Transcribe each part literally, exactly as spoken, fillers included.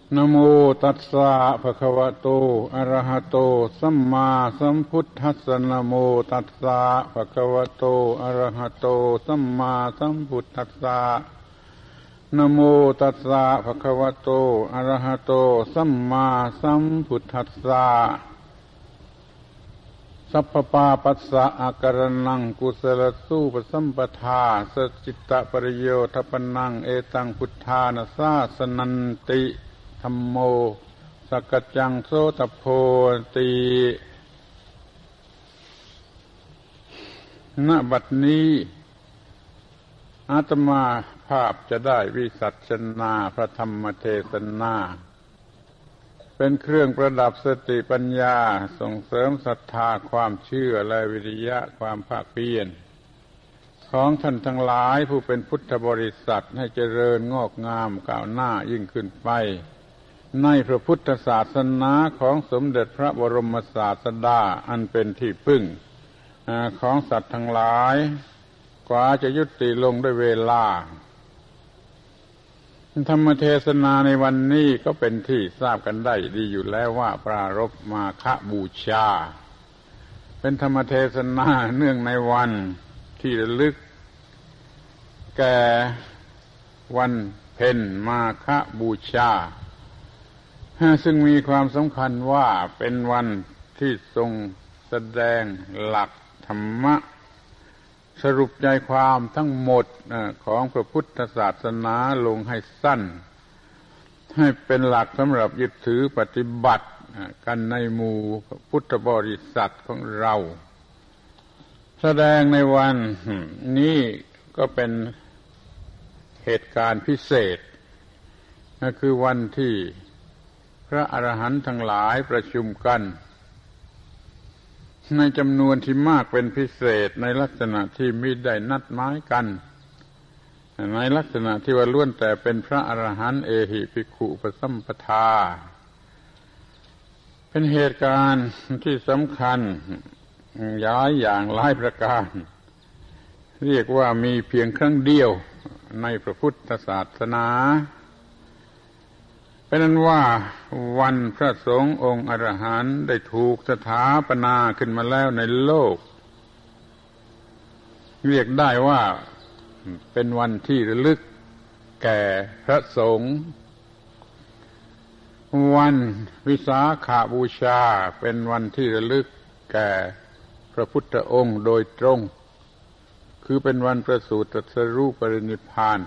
นะโมตัสสะภะคะวะโตอะระหะโตสัมมาสัมพุทธัสสะนะโมตัสสะภะคะวะโตอะระหะโตสัมมาสัมพุทธัสสะนะโมตัสสะภะคะวะโตอะระหะโตสัมมาสัมพุทธัสสะสัพพปาปัสสะอาการนังกุศลสูปสัมปทาสจิตตปริโยทัปปนังเอตังพุทธานาสาสนันติธัมโมสักกจังโสตโพติณบัดนี้อาตมาภาพจะได้วิสัชนาพระธรรมเทศนาเป็นเครื่องประดับสติปัญญาส่งเสริมศรัทธาความเชื่อและวิริยะความภาคเพียรของท่านทั้งหลายผู้เป็นพุทธบริษัทให้เจริญงอกงามก้าวหน้ายิ่งขึ้นไปในพระพุทธศาสนาของสมเด็จพระบรมศาสดาอันเป็นที่พึ่งของสัตว์ทั้งหลายกว่าจะยุติลงด้วยเวลาธรรมเทศนาในวันนี้ก็เป็นที่ทราบกันได้ดีอยู่แล้วว่าปรารภมาฆบูชาเป็นธรรมเทศนาเนื่องในวันที่ระลึกแก่วันเพ็ญมาฆบูชาซึ่งมีความสำคัญว่าเป็นวันที่ทรงแสดงหลักธรรมะสรุปใจความทั้งหมดของพระพุทธศาสนาลงให้สั้นให้เป็นหลักสำหรับยึดถือปฏิบัติกันในหมู่พุทธบริษัทของเราแสดงในวันนี้ก็เป็นเหตุการณ์พิเศษนั่นคือวันที่พระอรหันต์ทั้งหลายประชุมกันในจำนวนที่มากเป็นพิเศษในลักษณะที่มิได้นัดหมายกันในลักษณะที่ว่าล้วนแต่เป็นพระอรหันต์เอหิภิกขุปสัมปทาเป็นเหตุการณ์ที่สำคัญหลายอย่างหลายประการเรียกว่ามีเพียงครั้งเดียวในพระพุทธศาสนาเป็นนั้นว่าวันพระสงฆ์องค์อรหันต์ได้ถูกสถาปนาขึ้นมาแล้วในโลกเรียกได้ว่าเป็นวันที่ระลึกแก่พระสงฆ์วันวิสาขบูชาเป็นวันที่ระลึกแก่พระพุทธองค์โดยตรงคือเป็นวันประสูติตรัสรู้ปรินิพพาน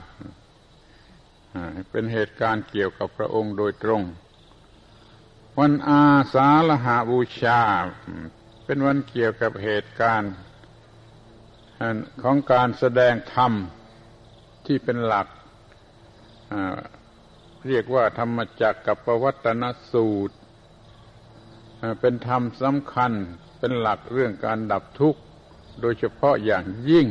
เป็นเหตุการณ์เกี่ยวกับพระองค์โดยตรงวันอาสาฬหบูชาเป็นวันเกี่ยวกับเหตุการณ์ของการแสดงธรรมที่เป็นหลักเรียกว่าธรรมจักรกับปวัตตนสูตรเป็นธรรมสำคัญเป็นหลักเรื่องการดับทุกข์โดยเฉพาะอย่างยิ่ง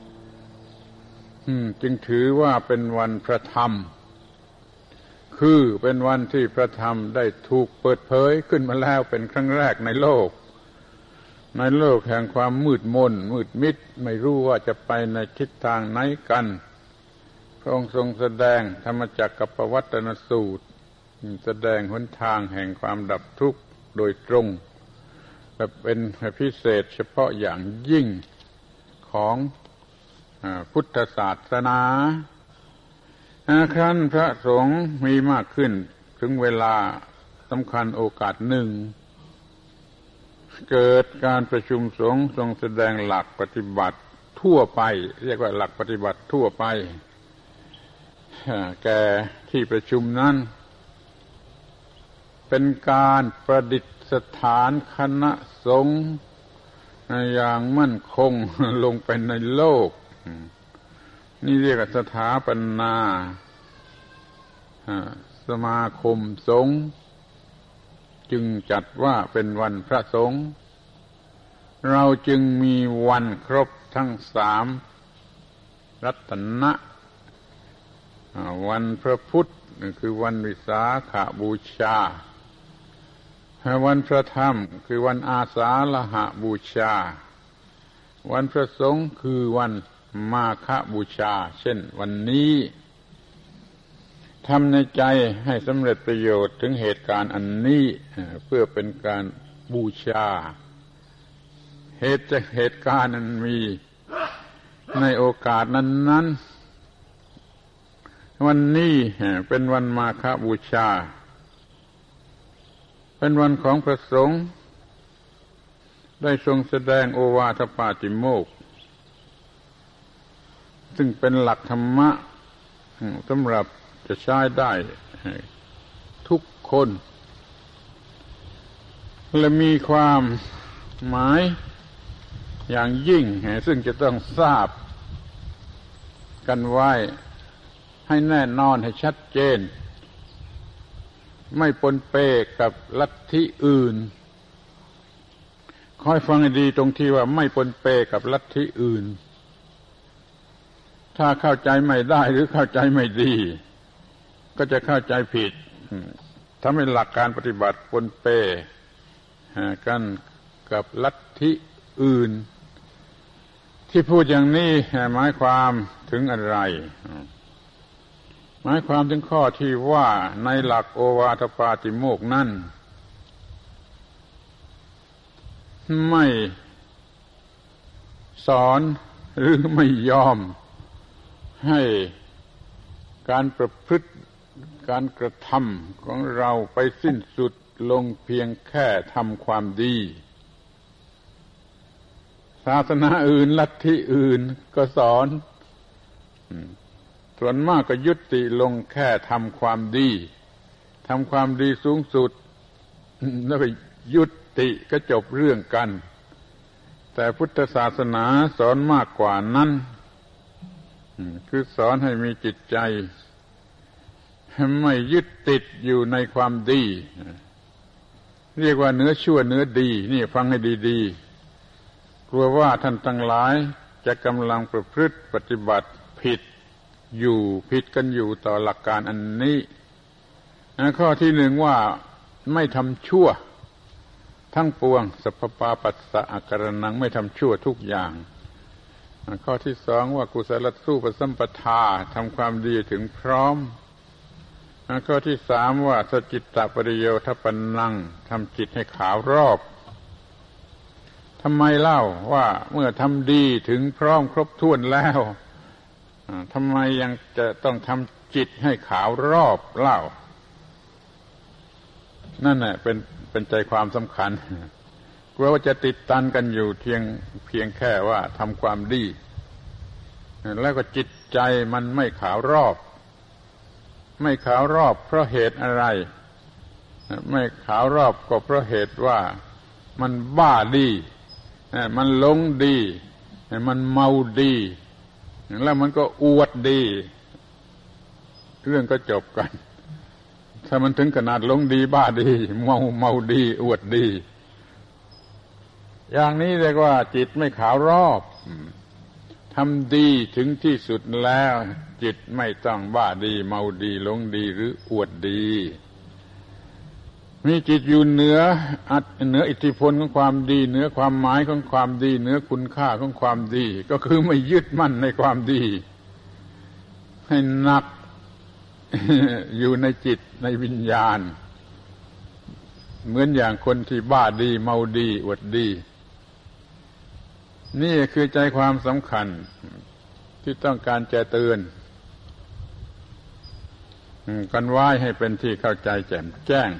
จึงถือว่าเป็นวันพระธรรมคือเป็นวันที่พระธรรมได้ถูกเปิดเผยขึ้นมาแล้วเป็นครั้งแรกในโลกในโลกแห่งความมืดมนมืดมิดไม่รู้ว่าจะไปในทิศทางไหนกันพระองค์ทรงแสดงธรรมจักรกับปวัตตนสูตรแสดงหนทางแห่งความดับทุกข์โดยตรงแบบเป็นพิเศษเฉพาะอย่างยิ่งของพุทธศาสนาครั้นพระสงฆ์มีมากขึ้นถึงเวลาสำคัญโอกาสหนึ่งเกิดการประชุมสงฆ์ทรงแสดงหลักปฏิบัติทั่วไปเรียกว่าหลักปฏิบัติทั่วไปแก่ที่ประชุมนั้นเป็นการประดิษฐานคณะสงฆ์อย่างมั่นคงลงไปในโลกนี่เรียกว่าสถาปนาสมาคมสงฆ์จึงจัดว่าเป็นวันพระสงฆ์เราจึงมีวันครบทั้งสามรัตนะวันพระพุทธคือวันวิสาขบูชาวันพระธรรมคือวันอาสาฬหบูชาวันพระสงฆ์คือวันมาฆบูชาเช่นวันนี้ทำในใจให้สำเร็จประโยชน์ถึงเหตุการณ์อันนี้เพื่อเป็นการบูชาเหตุจากเหตุการณ์นั้นมีในโอกาสนั้นๆวันนี้เป็นวันมาฆบูชาเป็นวันของพระสงฆ์ได้ทรงแสดงโอวาทปาติโมกข์ซึ่งเป็นหลักธรรมะสำหรับจะใช้ได้ทุกคนและมีความหมายอย่างยิ่งซึ่งจะต้องทราบกันไว้ให้แน่นอนให้ชัดเจนไม่ปนเปกับลัทธิอื่นคอยฟังให้ดีตรงที่ว่าไม่ปนเปกับลัทธิอื่นถ้าเข้าใจไม่ได้หรือเข้าใจไม่ดีก็จะเข้าใจผิดทำให้หลักการปฏิบัติปนเปกันกับลัทธิอื่นที่พูดอย่างนี้หมายความถึงอะไรหมายความถึงข้อที่ว่าในหลักโอวาทปาติโมกข์นั้นไม่สอนหรือไม่ยอมให้การประพฤติการกระทำของเราไปสิ้นสุดลงเพียงแค่ทำความดีศาสนาอื่นลัทธิอื่นก็สอนส่วนมากก็ยุติลงแค่ทำความดีทำความดีสูงสุดแล้วก็ยุติก็จบเรื่องกันแต่พุทธศาสนาสอนมากกว่านั้นคือสอนให้มีจิตใจไม่ยึดติดอยู่ในความดีเรียกว่าเนื้อชั่วเนื้อดีนี่ฟังให้ดีๆกลัวว่าท่านทั้งหลายจะกำลังประพฤติปฏิบัติผิดอยู่ผิดกันอยู่ต่อหลักการอันนี้ข้อที่หนึ่งว่าไม่ทำชั่วทั้งปวงสัพพะปัสสะอาการนังไม่ทำชั่วทุกอย่างข้อที่สองว่ากุศลสู้ปสัมปทาทำความดีถึงพร้อมข้อที่สามว่าสจิตตปริโยทปนังทำจิตให้ขาวรอบทำไมเล่าว่าเมื่อทำดีถึงพร้อมครบถ้วนแล้วทำไมยังจะต้องทำจิตให้ขาวรอบเล่านั่นแหละเป็นเป็นใจความสำคัญกลัวว่าจะติดตันกันอยู่เพียงเพียงแค่ว่าทำความดีแล้วก็จิตใจมันไม่ขาวรอบไม่ขาวรอบเพราะเหตุอะไรไม่ขาวรอบก็เพราะเหตุว่ามันบ้าดีมันหลงดีมันเมาดีแล้วมันก็อวดดีเรื่องก็จบกันถ้ามันถึงขนาดหลงดีบ้าดีเมาเมาดีอวดดีอย่างนี้เรียกว่าจิตไม่ขาวรอบทำดีถึงที่สุดแล้วจิตไม่ต้องบ้าดีเมาดีหลงดีหรืออวดดีมีจิตอยู่เหนืออัดเหนืออิทธิพลของความดีเหนือความหมายของความดีเหนือคุณค่าของความดีก็คือไม่ยึดมั่นในความดีให้หนักอยู่ในจิตในวิญญาณเหมือนอย่างคนที่บ้าดีเมาดีอวดดีนี่คือใจความสำคัญที่ต้องการจะเตือนกันไว้ให้เป็นที่เข้าใจแจ่มแจ้ง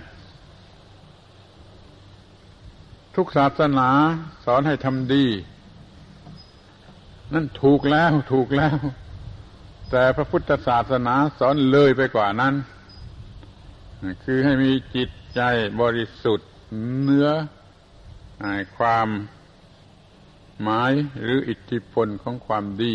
ทุกศาสนาสอนให้ทำดีนั่นถูกแล้วถูกแล้วแต่พระพุทธศาสนาสอนเลยไปกว่านั้นคือให้มีจิตใจบริสุทธิ์เหนือความหมายหรืออิทธิพลของความดี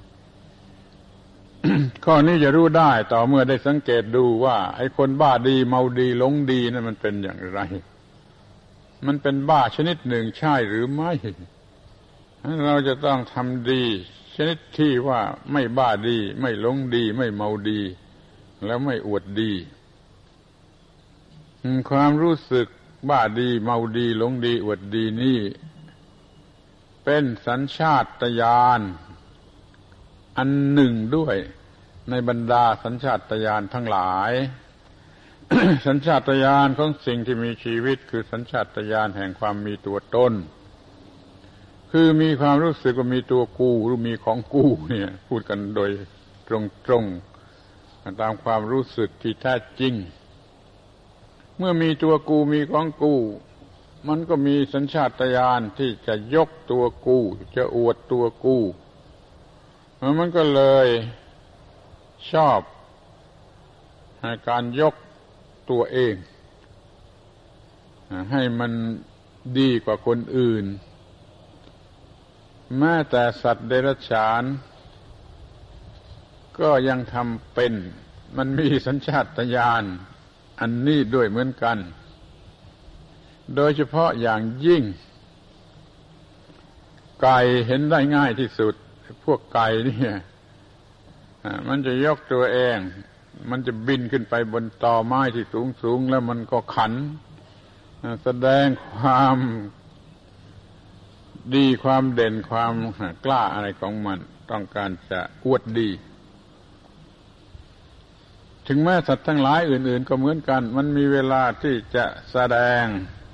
ข้อนี้จะรู้ได้ต่อเมื่อได้สังเกตดูว่าไอ้คนบ้าดีเมาดีหลงดีนั่นมันเป็นอย่างไรมันเป็นบ้าชนิดหนึ่งใช่หรือไม่เราจะต้องทำดีชนิดที่ว่าไม่บ้าดีไม่หลงดีไม่เมาดีแล้วไม่อวดดีความรู้สึกบ้าดีเมาดีหลงดีอวดดีนี่เป็นสัญชาตญาณอันหนึ่งด้วยในบรรดาสัญชาตญาณทั้งหลาย สัญชาตญาณของสิ่งที่มีชีวิตคือสัญชาตญาณแห่งความมีตัวตนคือมีความรู้สึกว่ามีตัวกูหรือมีของกูเนี่ยพูดกันโดยตรงๆตามความรู้สึกที่แท้จริงเมื่อมีตัวกูมีของกูมันก็มีสัญชาตญาณที่จะยกตัวกูจะอวดตัวกูมันก็เลยชอบการยกตัวเองให้มันดีกว่าคนอื่นแม้แต่สัตว์เดรัจฉานก็ยังทำเป็นมันมีสัญชาตญาณอันนี้ด้วยเหมือนกันโดยเฉพาะอย่างยิ่งไก่เห็นได้ง่ายที่สุดพวกไก่เนี่ยมันจะยกตัวเองมันจะบินขึ้นไปบนตอไม้ที่สูงๆแล้วมันก็ขันแสดงความดีความเด่นความกล้าอะไรของมันต้องการจะอวดดีถึงแม้สัตว์ทั้งหลายอื่นๆก็เหมือนกันมันมีเวลาที่จะแสดง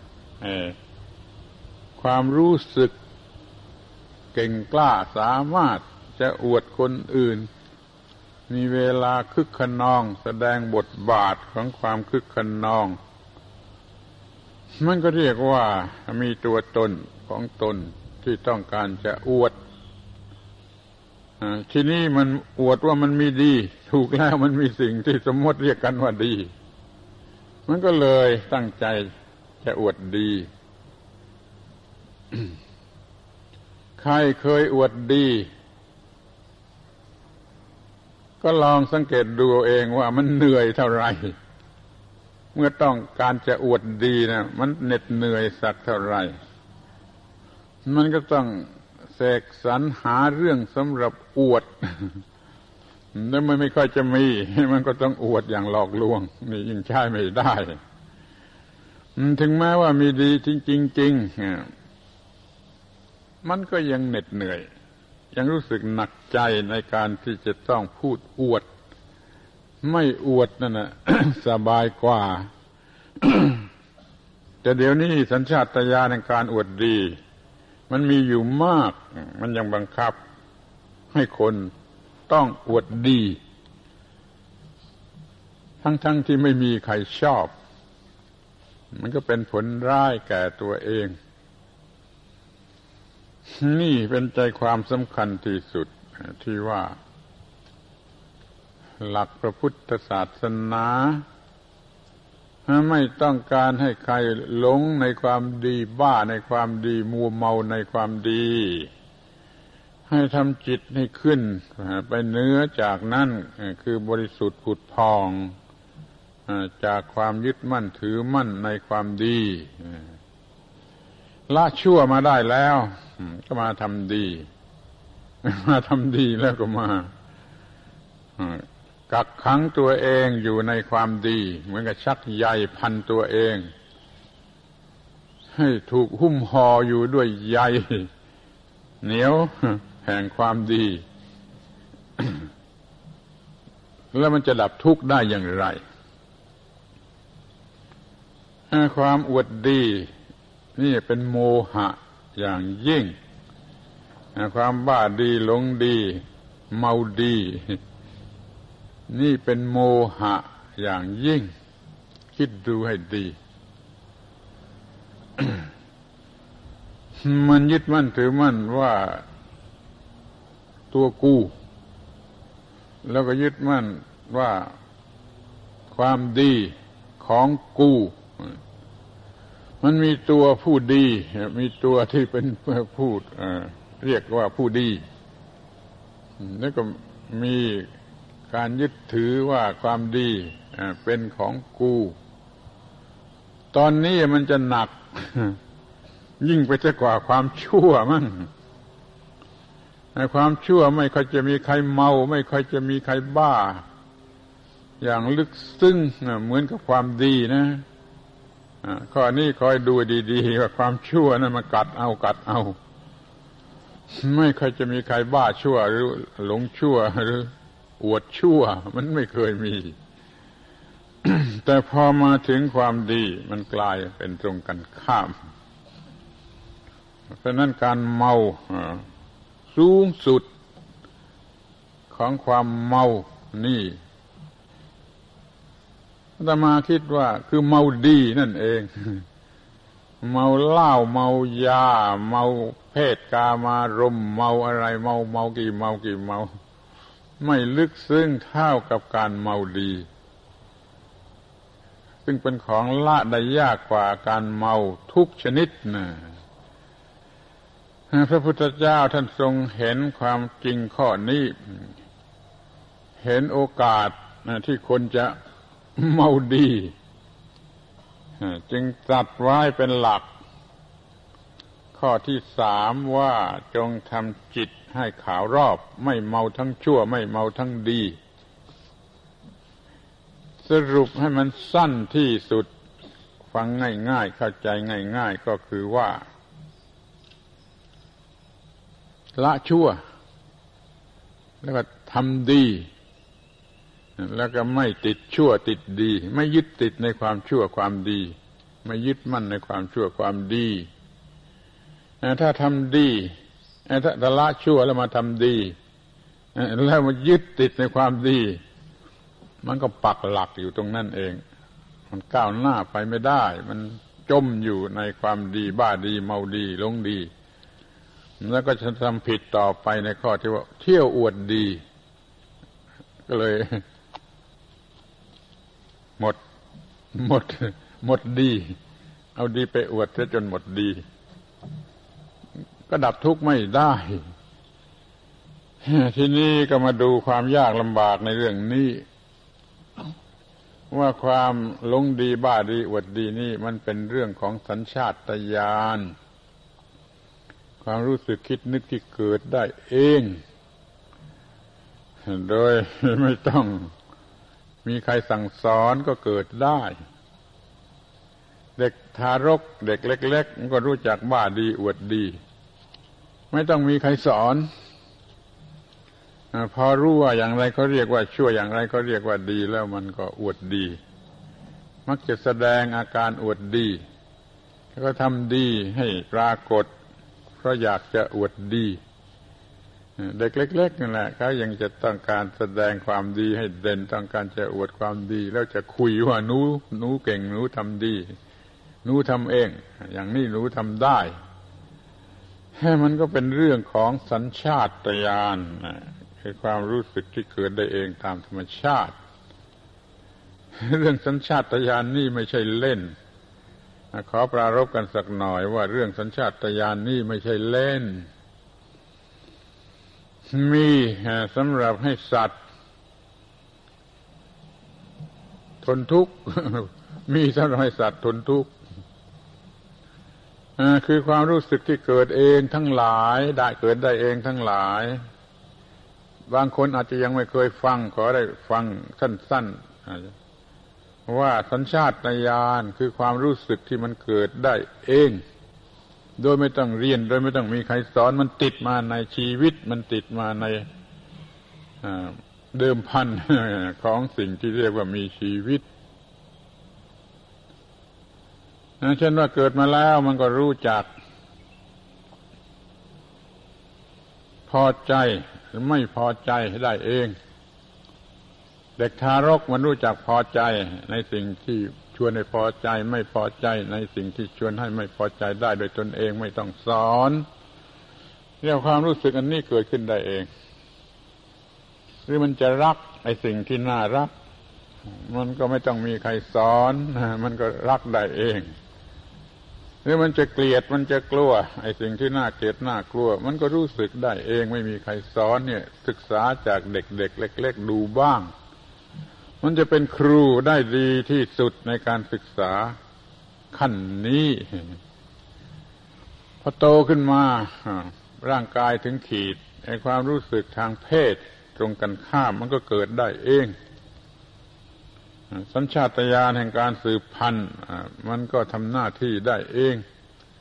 ความรู้สึกเก่งกล้าสามารถจะอวดคนอื่นมีเวลาคึกคะนองแสดงบทบาทของความคึกคะนองมันก็เรียกว่ามีตัวตนของตนที่ต้องการจะอวดทีนี้มันอวดว่ามันมีดีถูกแล้วมันมีสิ่งที่สมมติเรียกกันว่าดีมันก็เลยตั้งใจจะอวดดี ใครเคยอวดดีก็ลองสังเกตดูเองว่ามันเหนื่อยเท่าไหร่เมื่อต้องการจะอวดดีนะมันเหน็ดเหนื่อยสักเท่าไหร่มันก็ต้องเสกสรรหาเรื่องสำหรับอวดแล้วมันไม่ค่อยจะมีมันก็ต้องอวดอย่างหลอกลวงนี่ยิ่งใช้ไม่ได้ถึงแม้ว่ามีดีจริงๆมันก็ยังเหน็ดเหนื่อยยังรู้สึกหนักใจในการที่จะต้องพูดอวดไม่อวดนั่นน่ะ สบายกว่า แต่เดี๋ยวนี้สัญชาตญาณในการอวดดีมันมีอยู่มากมันยังบังคับให้คนต้องอวดดีทั้งๆ ท, ที่ไม่มีใครชอบมันก็เป็นผลร้ายแก่ตัวเองนี่เป็นใจความสำคัญที่สุดที่ว่าหลักพระพุทธศาสนาไม่ต้องการให้ใครหลงในความดีบ้าในความดีมัวเมาในความดีให้ทำจิตให้ขึ้นไปเหนือจากนั้นคือบริสุทธิ์ผุดพองจากความยึดมั่นถือมั่นในความดีละชั่วมาได้แล้วก็มาทำดีมาทำดีแล้วก็มากักขังตัวเองอยู่ในความดีเหมือนกับชักใยพันตัวเองให้ถูกหุ้มห่ออยู่ด้วยใยเหนียวแห่งความดี แล้วมันจะดับทุกข์ได้อย่างไรความอวดดีนี่เป็นโมหะอย่างยิ่งความบ้าดีหลงดีเมาดีนี่เป็นโมหะอย่างยิ่งคิดดูให้ดี มันยึดมั่นถือมั่นว่าตัวกูแล้วก็ยึดมั่นว่าความดีของกูมันมีตัวผู้ดีมีตัวที่เป็นผู้เรียกว่าผู้ดีแล้วก็มีการยึดถือว่าความดีเป็นของกูตอนนี้มันจะหนักยิ่งไปจะกว่าความชั่วมั้งในความชั่วไม่ค่อยจะมีใครเมาไม่ค่อยจะมีใครบ้าอย่างลึกซึ้งเหมือนกับความดีนะข้อนี้คอยดูดีๆว่าความชั่วนั้นมันกัดเอากัดเอาไม่ค่อยจะมีใครบ้าชั่วหรือหลงชั่วหรืออวดชั่วมันไม่เคยมี แต่พอมาถึงความดีมันกลายเป็นตรงกันข้ามเพราะนั้นการเมาสูงสุดของความเมานี่อาตมาคิดว่าคือเมาดีนั่นเองเมาเหล้าเมายาเมาเพศกามารมณ์เมาอะไรเมาเมากี่เมากี่เมาไม่ลึกซึ้งเท่ากับการเมาดีซึ่งเป็นของละได้ยากกว่าการเมาทุกชนิดนะพระพุทธเจ้าท่านทรงเห็นความจริงข้อนี้เห็นโอกาสที่คนจะเมาดีจึงตรัสไว้เป็นหลักข้อที่สามว่าจงทำจิตให้ขาวรอบไม่เมาทั้งชั่วไม่เมาทั้งดีสรุปให้มันสั้นที่สุดฟังง่ายๆเข้าใจง่ายๆก็คือว่าละชั่วแล้วก็ทำดีแล้วก็ไม่ติดชั่วติดดีไม่ยึดติดในความชั่วความดีไม่ยึดมั่นในความชั่วความดีถ้าทำดีถ้าละชั่วแล้วมาทำดีแล้วมายึดติดในความดีมันก็ปักหลักอยู่ตรงนั้นเองมันก้าวหน้าไปไม่ได้มันจมอยู่ในความดีบ้าดีเมาดีหลงดีแล้วก็จะทำผิดต่อไปในข้อที่ว่าเที่ยวอวดดีก็เลยหมดหมดหมดดีเอาดีไปอวดซะจนหมดดีก็ดับทุกข์ไม่ได้ทีนี้ก็มาดูความยากลำบากในเรื่องนี้ว่าความหลงดีบ้าดีอวดดีนี่มันเป็นเรื่องของสัญชาตญาณความรู้สึกคิดนึกที่เกิดได้เองโดยไม่ต้องมีใครสั่งสอนก็เกิดได้เด็กทารกเด็กเล็กๆมันก็รู้จักบ้าดีอวดดีไม่ต้องมีใครสอนพอรู้ว่าอย่างไรเขาเรียกว่าชั่วอย่างไรเขาเรียกว่าดีแล้วมันก็อวดดีมักจะแสดงอาการอวดดีแล้วก็ทำดีให้ปรากฏเพราะอยากจะอวดดีเด็กเล็กๆนั่นแหละเขายังจะต้องการแสดงความดีให้เด่นต้องการจะอวดความดีแล้วจะคุยว่าหนูหนูเก่งหนูทำดีหนูทำเองอย่างนี้หนูทำได้ให้มันก็เป็นเรื่องของสัญชาตญาณคือความรู้สึกที่เกิดได้เองตามธรรมชาติเรื่องสัญชาตญาณนี่ไม่ใช่เล่นขอปรารภกันสักหน่อยว่าเรื่องสัญชาตญาณนี่ไม่ใช่เล่นมีสำหรับให้สัตว์ทนทุกข์มีสำหรับให้สัตว์ทนทุกข์คือความรู้สึกที่เกิดเองทั้งหลายได้เกิดได้เองทั้งหลายบางคนอาจจะยังไม่เคยฟังขอได้ฟังสั้นๆว่าสัญชาตญาณคือความรู้สึกที่มันเกิดได้เองโดยไม่ต้องเรียนโดยไม่ต้องมีใครสอนมันติดมาในชีวิตมันติดมาในเดิมพันของสิ่งที่เรียกว่ามีชีวิตเช่นว่าเกิดมาแล้วมันก็รู้จักพอใจหรือไม่พอใจได้เองเด็กทารกมันรู้จักพอใจในสิ่งที่ชวนให้พอใจไม่พอใจในสิ่งที่ชวนให้ไม่พอใจได้โดยตนเองไม่ต้องสอนเรื่องความรู้สึกอันนี้เกิดขึ้นได้เองหรือมันจะรักไอ้สิ่งที่น่ารักมันก็ไม่ต้องมีใครสอนมันก็รักได้เองหรือมันจะเกลียดมันจะกลัวไอ้สิ่งที่น่าเกลียดน่ากลัวมันก็รู้สึกได้เองไม่มีใครสอนเนี่ยศึกษาจากเด็กๆเล็กๆดูบ้างมันจะเป็นครูได้ดีที่สุดในการศึกษาขั้นนี้พอโตขึ้นมาร่างกายถึงขีดไอ้ความรู้สึกทางเพศตรงกันข้ามมันก็เกิดได้เองสัญชาตญาณแห่งการสืบพันธุ์มันก็ทำหน้าที่ได้เอง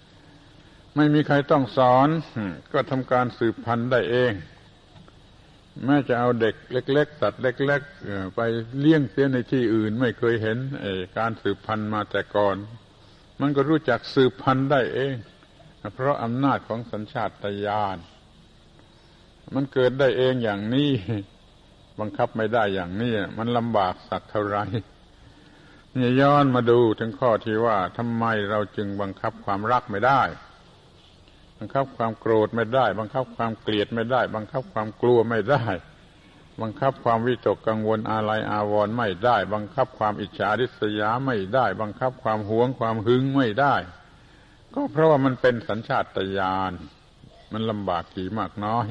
ไม่มีใครต้องสอนก็ทำการสืบพันธุ์ได้เองแม้จะเอาเด็กเล็กๆสัตว์เล็กๆไปเลี้ยงเสียในที่อื่นไม่เคยเห็นการสืบพันธุ์มาแต่ก่อนมันก็รู้จักสืบพันธุ์ได้เองเพราะอำนาจของสัญชาตญาณมันเกิดได้เองอย่างนี้บังคับไม่ได้อย่างนี้มันลำบากสักเท่าไรนี่ย้อนมาดูถึงข้อที่ว่าทำไมเราจึงบังคับความรักไม่ได้บังคับความโกรธไม่ได้บังคับความเกลียดไม่ได้บังคับความกลัวไม่ได้บังคับความวิตกกังวลอาลัยอาวรณ์ไม่ได้บังคับความอิจฉาริษยาไม่ได้บังคับความหวงความหึงไม่ได้ก็เพราะว่ามันเป็นสัญชาตญาณมันลำบากกี่มากน้อย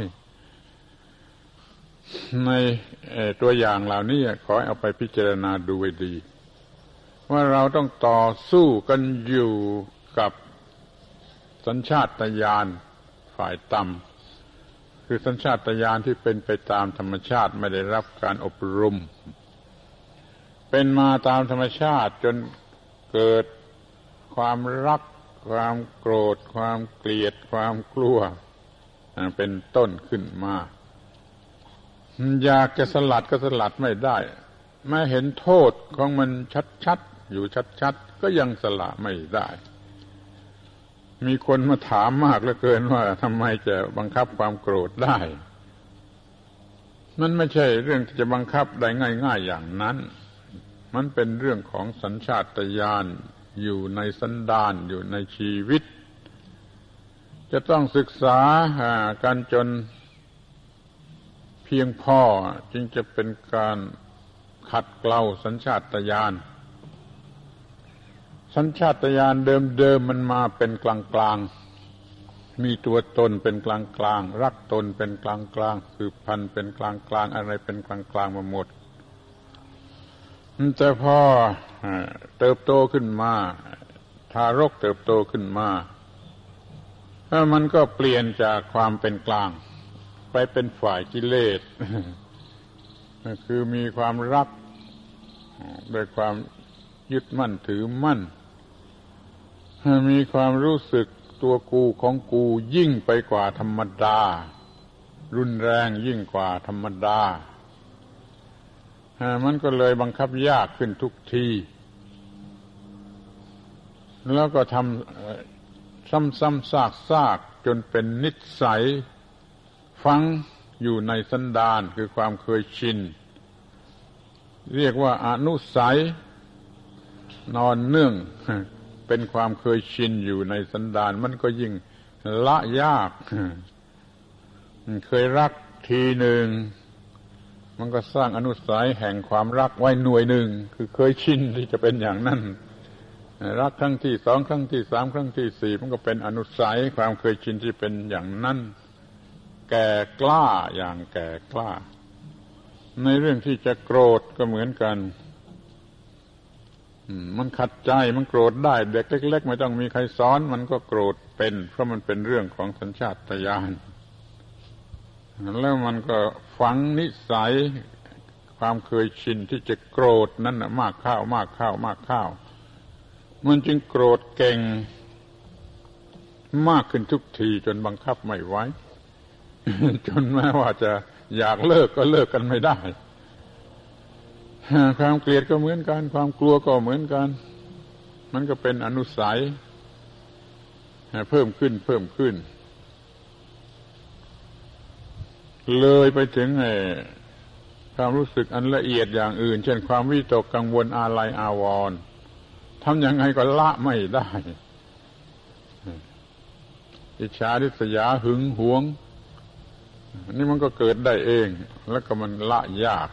ในตัวอย่างเหล่านี้ขอเอาไปพิจารณาดูให้ดีว่าเราต้องต่อสู้กันอยู่กับสัญชาตญาณฝ่ายต่ำคือสัญชาตญาณที่เป็นไปตามธรรมชาติไม่ได้รับการอบรมเป็นมาตามธรรมชาติจนเกิดความรักความโกรธความเกลียดความกลัวเป็นต้นขึ้นมาอยากจะสลัดก็สลัดไม่ได้แม้เห็นโทษของมันชัดๆอยู่ชัดๆก็ยังสละไม่ได้มีคนมาถามมากเหลือเกินว่าทำไมจะบังคับความโกรธได้มันไม่ใช่เรื่องที่จะบังคับได้ง่ายๆอย่างนั้นมันเป็นเรื่องของสัญชาตญาณอยู่ในสันดานอยู่ในชีวิตจะต้องศึกษากันจนเพียงพอจึงจะเป็นการขัดเกลาสัญชาตญาณสัญชาตญาณเดิมๆมันมาเป็นกลางๆมีตัวตนเป็นกลางๆรักตนเป็นกลางๆสืบพันธุ์เป็นกลางๆอะไรเป็นกลางๆมาหมดแต่พอเติบโตขึ้นมาทารกเติบโตขึ้นมามันก็เปลี่ยนจากความเป็นกลางไปเป็นฝ่ายกิเลสคือมีความรักโดยความยึดมั่นถือมั่นมีความรู้สึกตัวกูของกูยิ่งไปกว่าธรรมดารุนแรงยิ่งกว่าธรรมดามันก็เลยบังคับยากขึ้นทุกทีแล้วก็ทำซ้ำๆซากๆจนเป็นนิสัยฝังอยู่ในสันดานคือความเคยชินเรียกว่าอนุสัยนอนเนื่องเป็นความเคยชินอยู่ในสันดานมันก็ยิ่งละยากเคยรักทีหนึ่งมันก็สร้างอนุสัยแห่งความรักไว้หน่วยหนึ่งคือเคยชินที่จะเป็นอย่างนั้นรักครั้งที่สองครั้งที่สามครั้งที่สี่มันก็เป็นอนุสัยความเคยชินที่เป็นอย่างนั้นแก่กล้าอย่างแก่กล้าในเรื่องที่จะโกรธก็เหมือนกันมันขัดใจมันโกรธได้เด็กเล็กๆไม่ต้องมีใครสอนมันก็โกรธเป็นเพราะมันเป็นเรื่องของสัญชาตญาณแล้วมันก็ฝังนิสัยความเคยชินที่จะโกรธนั่นน่ะมากเข้ามากเข้ามากเข้ามันจึงโกรธเก่งมากขึ้นทุกทีจนบังคับไม่ไหวจนแม้ว่าจะอยากเลิกก็เลิกกันไม่ได้ความเกลียดก็เหมือนกันความกลัวก็เหมือนกันมันก็เป็นอนุสัยเพิ่มขึ้นเพิ่มขึ้นเลยไปถึงไอ้ความรู้สึกอันละเอียดอย่างอื่นเช่นความวิตกกังวลอาลัยอาวรณ์ทำยังไงก็ละไม่ได้อิจฉาริษยาหึงหวงนี่มันก็เกิดได้เองแล้วก็มันละยาก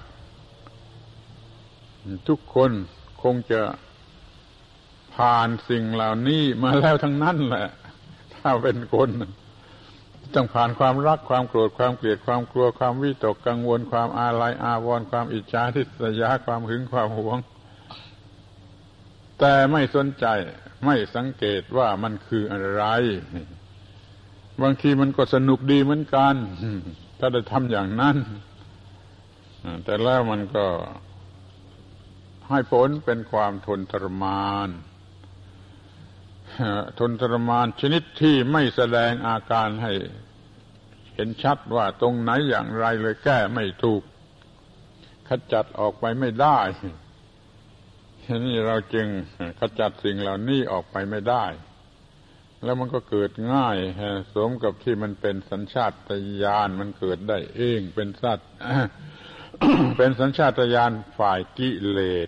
ทุกคนคงจะผ่านสิ่งเหล่านี้มาแล้วทั้งนั้นแหละถ้าเป็นคนต้องผ่านความรักความโกรธความเกลียดความกลัวความวิตกกังวลความอาลัยอาวรณ์ความอิจฉาริษยาความหึงความหวงแต่ไม่สนใจไม่สังเกตว่ามันคืออะไรบางทีมันก็สนุกดีเหมือนกันถ้าได้ทำอย่างนั้นแต่แล้วมันก็ให้ผลเป็นความทนทรมานทนทรมานชนิดที่ไม่แสดงอาการให้เห็นชัดว่าตรงไหนอย่างไรเลยแก้ไม่ถูกขจัดออกไปไม่ได้นี่เราจึงขจัดสิ่งเหล่านี้ออกไปไม่ได้แล้วมันก็เกิดง่ายสมกับที่มันเป็นสัญชาตญาณมันเกิดได้เองเป็นสัตว์ เป็นสัญชาตญาณฝ่ายกิเลส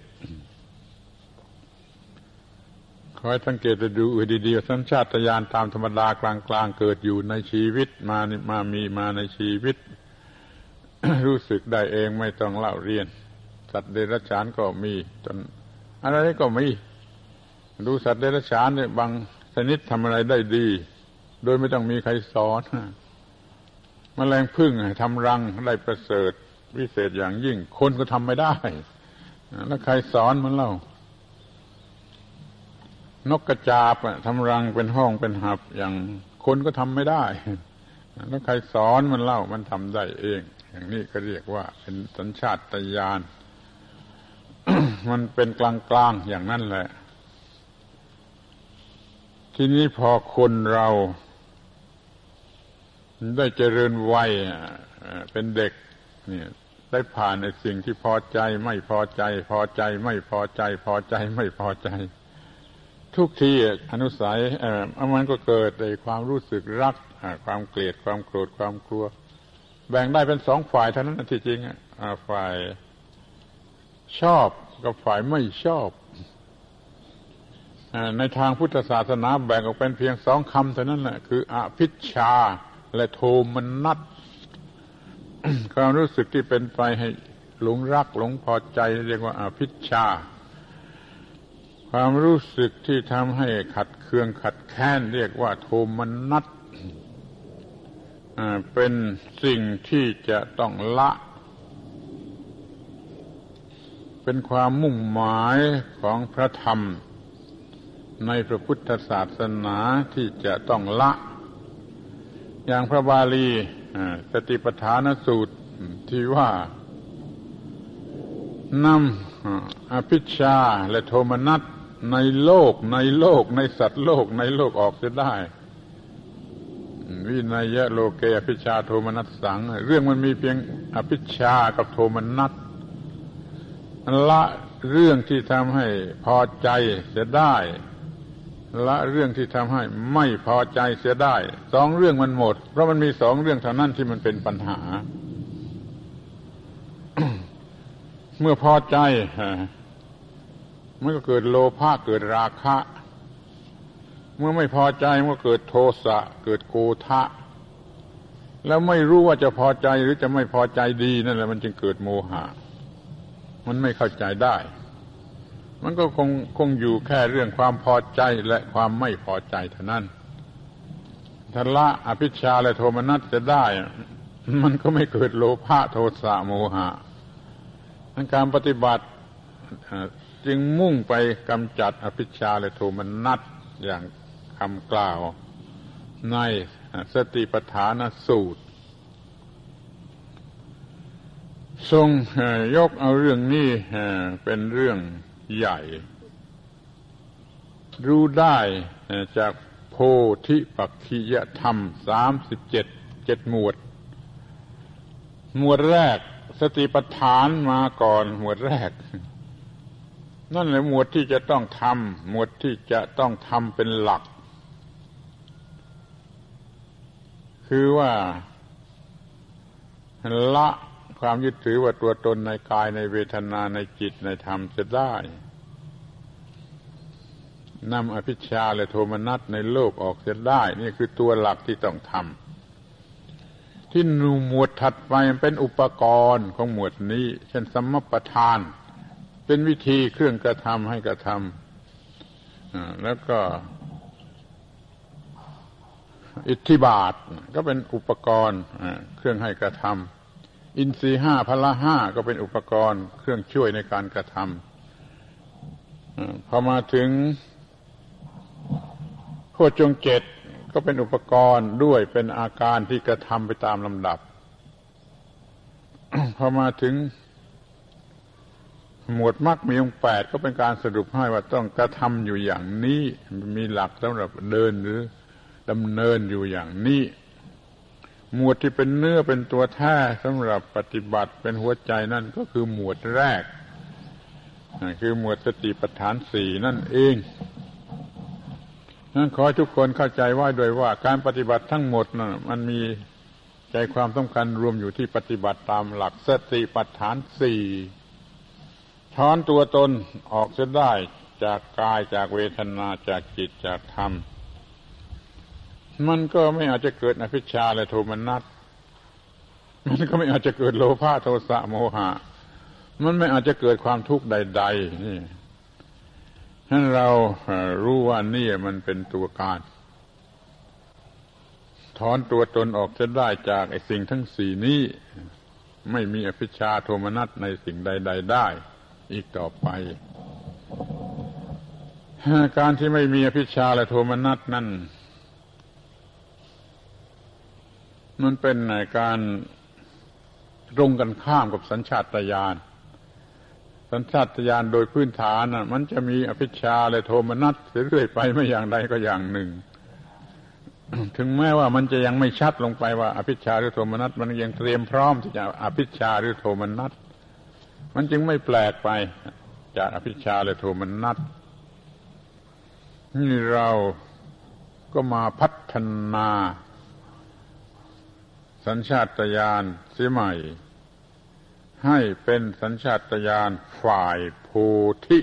คอยสังเกตดูดีๆสัญชาตญาณตามธรรมดากลางๆเกิดอยู่ในชีวิตมามามีมาในชีวิต รู้สึกได้เองไม่ต้องเล่าเรียนสัตว์เดรัจฉานก็มีจนอะไรก็มีดูสัตว์เดรัจฉานเนี่ยบางชนิดทำอะไรได้ดีโดยไม่ต้องมีใครสอนแมลงผึ้งทำรังได้ประเสริฐวิเศษอย่างยิ่งคนก็ทำไม่ได้แล้วใครสอนมันเล่านกกระจาบทำรังเป็นห้องเป็นหับอย่างคนก็ทำไม่ได้แล้วใครสอนมันเล่ามันทำได้เองอย่างนี้ก็เรียกว่าเป็นสัญชาตญาณ มันเป็นกลางๆอย่างนั้นแหละทีนี้พอคนเราได้เจริญวัยเป็นเด็กเนี่ยได้ผ่านในสิ่งที่พอใจไม่พอใจพอใจไม่พอใจพอใจไม่พอใจทุกทีอนุสัยเอ่อมันก็เกิดในความรู้สึกรักความเกลียดความโกรธความกลัวแบ่งได้เป็นสองฝ่ายเท่านั้นที่จริงอ่ะฝ่ายชอบกับฝ่ายไม่ชอบในทางพุทธศาสนาแบ่งออกเป็นเพียงสองคำเท่านั้นแหละคืออภิชฌาและโทมนัส ความรู้สึกที่เป็นไปให้หลงรักหลงพอใจเรียกว่าอภิชฌาความรู้สึกที่ทำให้ขัดเคืองขัดแค้นเรียกว่าโทมนัสเป็นสิ่งที่จะต้องละเป็นความมุ่งหมายของพระธรรมในพระพุทธศาสนาที่จะต้องละอย่างพระบาลีสติปัฏฐานสูตรที่ว่านำอภิชฌาและโทมนัสในโลกในโลกในสัตว์โลกในโลกออกจะได้วินัยโลเกอภิชฌาโทมนัสสังเรื่องมันมีเพียงอภิชฌากับโทมนัสละเรื่องที่ทำให้พอใจเสียได้ละเรื่องที่ทำให้ไม่พอใจเสียได้สองเรื่องมันหมดเพราะมันมีสองเรื่องเท่านั้นที่มันเป็นปัญหา เมื่อพอใจมันก็เกิดโลภะเกิดราคะเมื่อไม่พอใจมันก็เกิดโทสะเกิดโกฏะแล้วไม่รู้ว่าจะพอใจหรือจะไม่พอใจดีนั่นแหละมันจึงเกิดโมหะมันไม่เข้าใจได้มันก็คงคงอยู่แค่เรื่องความพอใจและความไม่พอใจเท่านั้นถ้าละอภิชฌาและโทมนัสจะได้มันก็ไม่เกิดโลภะโทสะโมหะการปฏิบัติจึงมุ่งไปกำจัดอภิชฌาและโทมนัสอย่างคำกล่าวในสติปัฏฐานสูตรทรงยกเอาเรื่องนี้เป็นเรื่องใหญ่รู้ได้จากโพธิปักขิยธรรมสามสิบเจ็ดเจ็ดหมวดหมวดแรกสติปัฏฐานมาก่อนหมวดแรกนั่นแหละหมวดที่จะต้องทำหมวดที่จะต้องทำเป็นหลักคือว่าละความยึดถือว่าตัวตนในกายในเวทนาในจิตในธรรมจะได้นำอภิชฌาและโทมนัสในโลกออกเสียได้นี่คือตัวหลักที่ต้องทำที่หมวดถัดไปเป็นอุปกรณ์ของหมวดนี้เช่นสัมมัปปทานเป็นวิธีเครื่องกระทำให้กระทำแล้วก็อิทธิบาทก็เป็นอุปกรณ์เครื่องให้กระทำอินทรีย์ห้าพละห้าก็เป็นอุปกรณ์เครื่องช่วยในการกระทำพอมาถึงโพชฌงค์เจ็ดก็เป็นอุปกรณ์ด้วยเป็นอาการที่กระทำไปตามลำดับ พอมาถึงหมวดมรรคมีองค์แปดก็เป็นการสรุปให้ว่าต้องกระทำอยู่อย่างนี้มีหลักสำหรับเดินหรือดำเนินอยู่อย่างนี้หมวดที่เป็นเนื้อเป็นตัวแท้สำหรับปฏิบัติเป็นหัวใจนั่นก็คือหมวดแรกคือหมวดสติปัฏฐานสี่นั่นเองนั้นขอให้ทุกคนเข้าใจว่าโดยว่าการปฏิบัติทั้งหมดนั้นมันมีใจความสำคัญรวมอยู่ที่ปฏิบัติตามหลักสติปัฏฐานสี่ถอนตัวตนออกจะได้จากกายจากเวทนาจากจิตจากธรรมมันก็ไม่อาจจะเกิดอภิชฌาและโทมนัสมันก็ไม่อาจจะเกิดโลภะโทสะโมหะมันไม่อาจจะเกิดความทุกข์ใดๆนี่ฉะนั้นเรารู้ว่านี่มันเป็นตัวการถอนตัวตนออกจะได้จากไอ้สิ่งทั้งสี่นี้ไม่มีอภิชฌาโทมนัสในสิ่งใดๆได้อีกต่อไปการที่ไม่มีอภิชฌาและโทมนัสนั่นมันเป็นการตรงกันข้ามกับสัญชาตญาณสัญชาตญาณโดยพื้นฐานน่ะมันจะมีอภิชฌาและโทมนัสเรื่อยไปไม่อย่างใดก็อย่างหนึ่งถึงแม้ว่ามันจะยังไม่ชัดลงไปว่าอภิชฌาหรือโทมนัสมันยังเตรียมพร้อมที่จะอภิชฌาหรือโทมนัสมันจึงไม่แปลกไปจากอภิชฌาและโทมนัสนี่เราก็มาพัฒนาสัญชาตญาณเสียใหม่ให้เป็นสัญชาตญาณฝ่ายโพธิ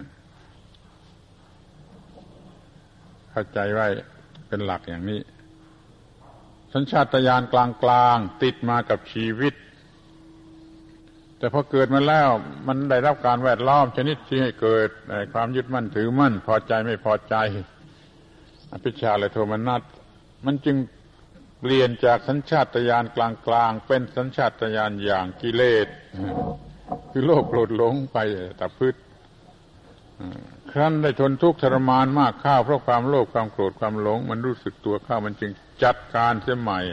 เข้าใจไว้เป็นหลักอย่างนี้สัญชาตญาณกลางๆติดมากับชีวิตแต่พอเกิดมาแล้วมันได้รับการแวดล้อมชนิดที่ให้เกิดความยึดมั่นถือมั่นพอใจไม่พอใจอภิชฌาและโทมนัสมันจึงเปลี่ยนจากสัญชาตญาณกลางๆเป็นสัญชาตญาณอย่างกิเลสคือโลภโกรธหลงไปตะพืชครั้นได้ทนทุกข์ทรมานมากข้าวเพราะความโลภความโกรธความหลงมันรู้สึกตัวข้าวมันจึงจัดการเสียใหม่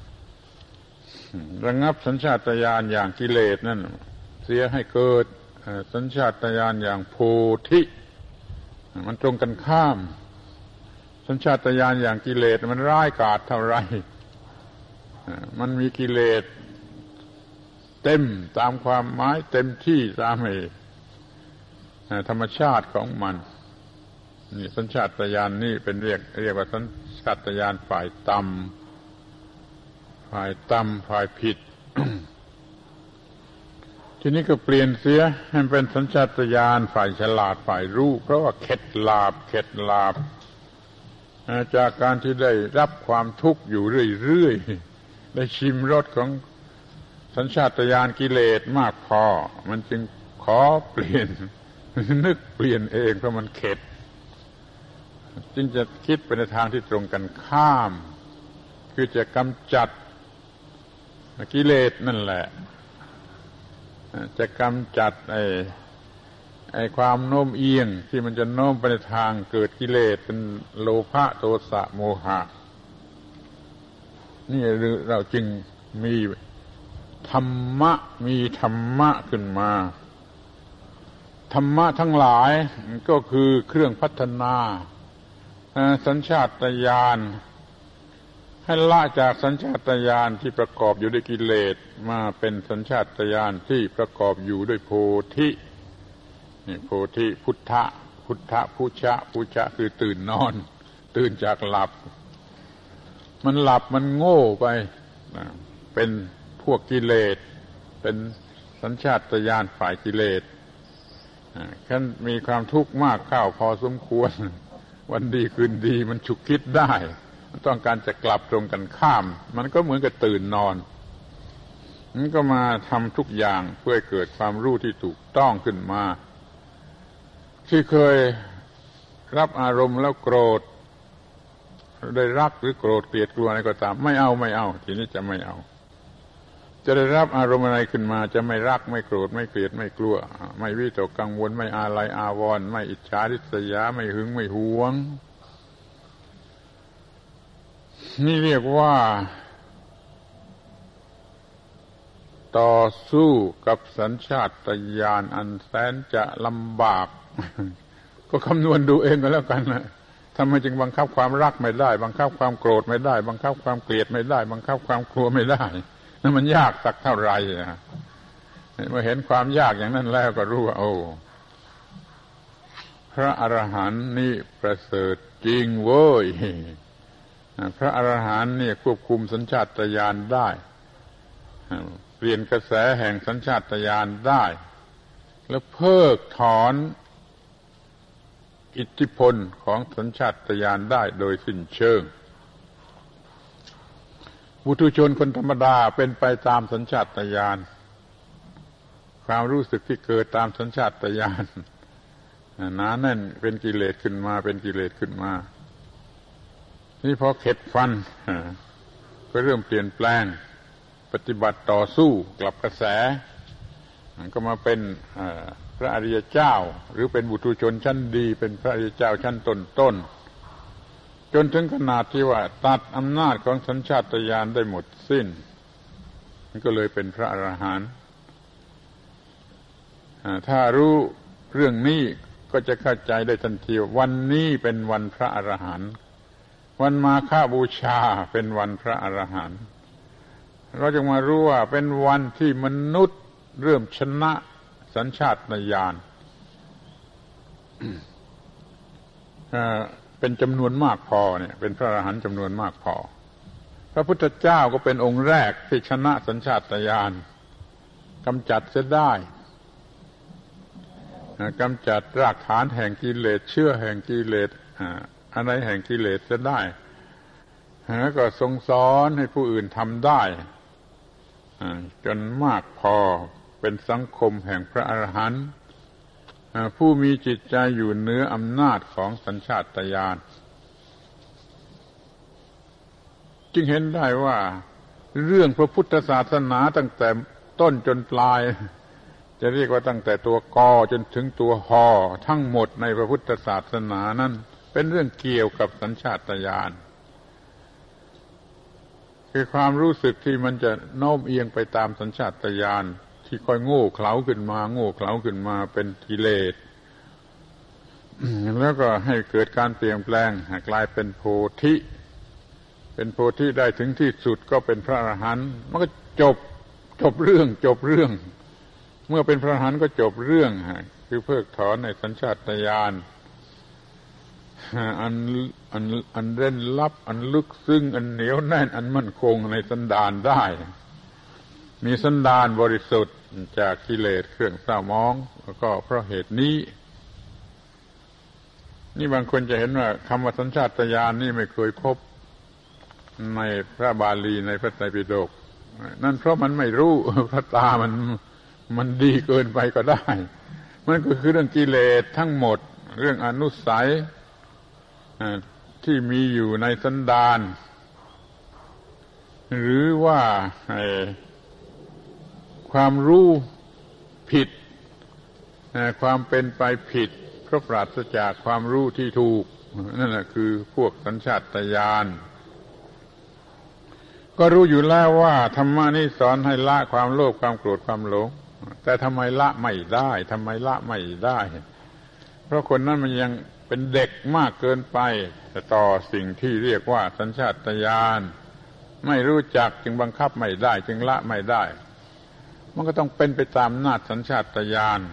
ระงับสัญชาตญาณอย่างกิเลสนั่นเสียให้เกิดสัญชาตญาณอย่างโพธิมันตรงกันข้ามสัญชาตญาณอย่างกิเลสมันร้ายกาจเท่าไรมันมีกิเลสเต็มตามความหมายเต็มที่ตามธรรมชาติของมันนี่สัญชาตญาณนี่เป็นเรียกเรียกว่าสัญชาตญาณฝ่ายต่ำฝ่ายต่ำฝ่ายผิด ทีนี้ก็เปลี่ยนเสียให้เป็นสัญชาตญาณฝ่ายฉลาดฝ่ายรู้เพราะว่าเข็ดหลาบเข็ดหลาบจากการที่ได้รับความทุกข์อยู่เรื่อยๆได้ชิมรสของสัญชาตญาณกิเลสมากพอมันจึงขอเปลี่ยนนึกเปลี่ยนเองเพราะมันเข็ดจึงจะคิดไปในทางที่ตรงกันข้ามคือจะกำจัดกิเลสนั่นแหละจะกำจัดไอ้ไอ้ความโน้มเอียงที่มันจะโน้มไปในทางเกิดกิเลสเป็นโลภะโทสะโมหะนี่เราจึงมีธรรมะมีธรรมะขึ้นมาธรรมะทั้งหลายก็คือเครื่องพัฒนาสัญชาตญาณให้ละจากสัญชาตญาณที่ประกอบอยู่ด้วยกิเลสมาเป็นสัญชาตญาณที่ประกอบอยู่ด้วยโพธินี่โพธิพุทธะพุทธะพุชะพุชะคือตื่นนอนตื่นจากหลับมันหลับมันโง่ไปเป็นพวกกิเลสเป็นสัญชาตญาณฝ่ายกิเลสฉันมีความทุกข์มากเข้าพอสมควรวันดีคืนดีมันฉุกคิดได้ต้องการจะกลับตรงกันข้ามมันก็เหมือนกับตื่นนอนมันก็มาทำทุกอย่างเพื่อเกิดความรู้ที่ถูกต้องขึ้นมาที่เคยรับอารมณ์แล้วโกรธได้รักหรือโกรธเกลียดกลัวอะไรก็ตามไม่เอาไม่เอาทีนี้จะไม่เอาจะได้รับอารมณ์อะไรขึ้นมาจะไม่รักไม่โกรธไม่เกลียดไม่กลัวไม่วิตกกังวลไม่อาลัยอาวรณ์ไม่อิจฉาริษยาไม่หึงไม่หวงนี่เรียกว่าต่อสู้กับสัญชาตญาณอันแสนจะลำบากก็คำนวณดูเองก็แล้วกันนะทำไมจึงบังคับความรักไม่ได้บังคับความโกรธไม่ได้บังคับความเกลียดไม่ได้บังคับความกลัวไม่ได้นั่นมันยากสักเท่าไหร่นะเมื่อเห็นความยากอย่างนั้นแล้วก็รู้ว่าโอ้พระอรหันต์นี่ประเสริฐจริงเว้ยพระอรหันต์นี่ควบคุมสัญชาตญาณได้เปลี่ยนกระแสแห่งสัญชาตญาณได้แล้วเพิกถอนอิทธิพลของสัญชาตญาณได้โดยสิ้นเชิงปุถุชนคนธรรมดาเป็นไปตามสัญชาตญาณความรู้สึกที่เกิดตามสัญชาตญาณหนาแน่นเป็นกิเลสขึ้นมาเป็นกิเลสขึ้นมานี่พอเข็ดฟันก็เริ่มเปลี่ยนแปลงปฏิบัติต่อสู้กลับกระแสก็มาเป็นพระอริยเจ้าหรือเป็นบุตุชนชั้นดีเป็นพระอริยเจ้าชั้นต้นๆจนถึงขนาดที่ว่าตัดอำนาจของสัญชาตญาณได้หมดสิ้นก็เลยเป็นพระอรหันต์ถ้ารู้เรื่องนี้ก็จะเข้าใจได้ทันทีว่าวันนี้เป็นวันพระอรหันต์วันมาฆบูชาเป็นวันพระอรหันต์เราจะมารู้ว่าเป็นวันที่มนุษย์เริ่มชนะสัญชาตญาณเป็นจำนวนมากพอเนี่ยเป็นพระอรหันต์จำนวนมากพอพระพุทธเจ้าก็เป็นองค์แรกที่ชนะสัญชาตญาณกำจัดเสียได้กำจัดรากฐานแห่งกิเลสเชื่อแห่งกิเลสอะไรแห่งกิเลสเสียได้แล้วก็ทรงสอนให้ผู้อื่นทำได้จนมากพอเป็นสังคมแห่งพระอรหันต์ผู้มีจิตใจอยู่เหนืออำนาจของสัญชาตญาณจึงเห็นได้ว่าเรื่องพระพุทธศาสนาตั้งแต่ต้นจนปลายจะเรียกว่าตั้งแต่ตัวกอจนถึงตัวหอทั้งหมดในพระพุทธศาสนานั้นเป็นเรื่องเกี่ยวกับสัญชาตญาณคือความรู้สึกที่มันจะโน้มเอียงไปตามสัญชาตญาณที่ค่อยโง่เขลาขึ้นมาโง่เขลาขึ้นมาเป็นกิเลสแล้วก็ให้เกิดการเปลี่ยนแปลงกลายเป็นโพธิเป็นโพธิได้ถึงที่สุดก็เป็นพระอรหันต์มันก็จบจบเรื่องจบเรื่องเมื่อเป็นพระอรหันต์ก็จบเรื่องคือเพิกถอนในสัญชาตญาณอันอันอันเร้นลับอันลึกซึ้งอันเหนียวแน่นอันมั่นคงในสันดานได้มีสันดานบริสุทธิ์จากกิเลสเครื่องเศร้าหมองแล้วก็เพราะเหตุนี้นี่บางคนจะเห็นว่าคำว่าสัญชาตญาณนี่ไม่เคยพบในพระบาลีในพระไตรปิฎกนั่นเพราะมันไม่รู้พระตามันมันดีเกินไปก็ได้มันก็คือเรื่องกิเลสทั้งหมดเรื่องอนุสัยที่มีอยู่ในสันดานหรือว่าความรู้ผิดความเป็นไปผิดเพราะปราศจากความรู้ที่ถูกนั่นแหละคือพวกสัญชาตญาณก็รู้อยู่แล้วว่าธรรมะนี้สอนให้ละความโลภความโกรธความหลงแต่ทำไมละไม่ได้ทำไมละไม่ได้เพราะคนนั้นมันยังเป็นเด็กมากเกินไปต่อสิ่งที่เรียกว่าสัญชาตญาณไม่รู้จักจึงบังคับไม่ได้จึงละไม่ได้มันก็ต้องเป็นไปตามอำนาจสัญชาตญาณ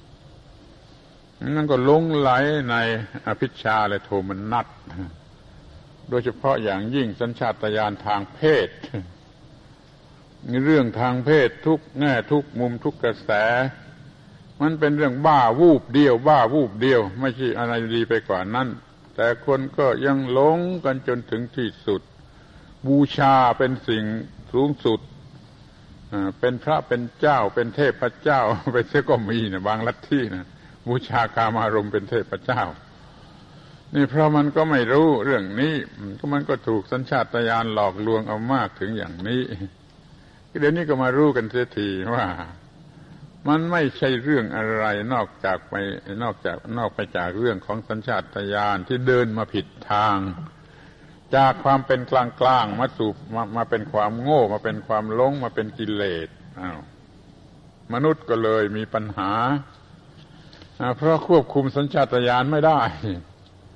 นั่นก็หลงไหลในอภิชฌาและโทมนัสโดยเฉพาะอย่างยิ่งสัญชาตญาณทางเพศเรื่องทางเพศทุกแง่ทุกมุมทุกกระแสมันเป็นเรื่องบ้าวูบเดียวบ้าวูบเดียวไม่ใช่อะไรดีไปกว่านั้นแต่คนก็ยังหลงกันจนถึงที่สุดบูชาเป็นสิ่งสูงสุดเป็นพระเป็นเจ้าเป็นเทพเจ้าไปเสียก็มีนะบางลัทธินะบูชากามารมณ์เป็นเทพเจ้านี่เพราะมันก็ไม่รู้เรื่องนี้ก็มันก็ถูกสัญชาตญาณหลอกลวงเอามากถึงอย่างนี้เดี๋ยวนี้ก็มารู้กันเสียทีว่ามันไม่ใช่เรื่องอะไรนอกจากไปนอกจากนอกไปจากเรื่องของสัญชาตญาณที่เดินมาผิดทางจากความเป็นกลางๆมาสู่มามาเป็นความโง่มาเป็นความหลงมาเป็นกิเลสอ้าวมนุษย์ก็เลยมีปัญหาเพราะควบคุมสัญชาตญาณไม่ได้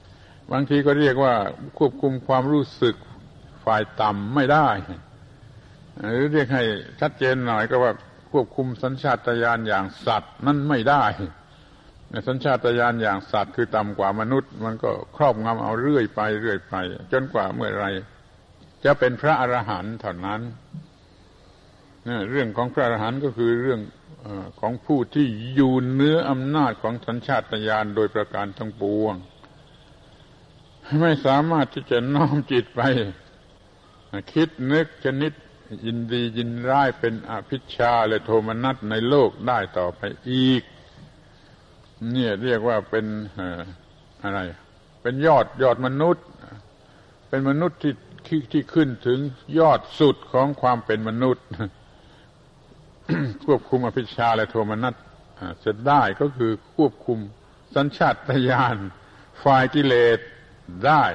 บางทีก็เรียกว่าควบคุมความรู้สึกฝ่ายต่ำไม่ได้หรือเรียกให้ชัดเจนหน่อยก็ว่าควบคุมสัญชาตญาณอย่างสัตว์นั่นไม่ได้สัญชาตญาณอย่างสัตว์คือต่ำกว่ามนุษย์มันก็ครอบงำเอาเรื่อยไปเรื่อยไปจนกว่าเมื่อไรจะเป็นพระอรหันต์เท่านั้นเรื่องของพระอรหันต์ก็คือเรื่องของผู้ที่อยู่เหนืออำนาจของสัญชาตญาณโดยประการทั้งปวงไม่สามารถที่จะน้อมจิตไปคิดนึกชนิดยินดียินร้ายเป็นอภิชฌาและโทมนัสในโลกได้ต่อไปอีกเนี่ยเรียกว่าเป็นอะไรเป็นยอดยอดมนุษย์เป็นมนุษย์ที่ที่ที่ขึ้นถึงยอดสุดของความเป็นมนุษย์ ควบคุมอภิชฌาและโทมนัสจะได้ก็คือควบคุมสัญชาตญาณฝ่ายกิเลสได้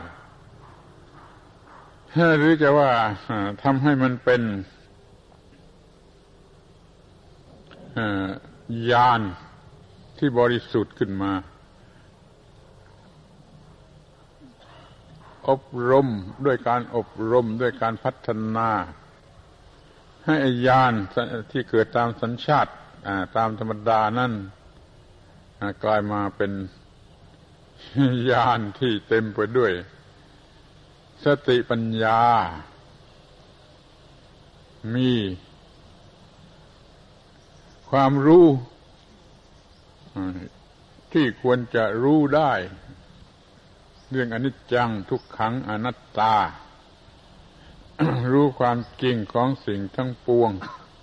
หรือจะว่าทำให้มันเป็นญาณที่บริสุทธิ์ขึ้นมาอบรมด้วยการอบรมด้วยการพัฒนาให้ญาณที่เกิดตามสัญชาติตามธรรมดานั่นกลายมาเป็นญาณที่เต็มไปด้วยสติปัญญามีความรู้ที่ควรจะรู้ได้เรื่องอนิจจังทุกขังอนัตตา รู้ความจริงของสิ่งทั้งปวง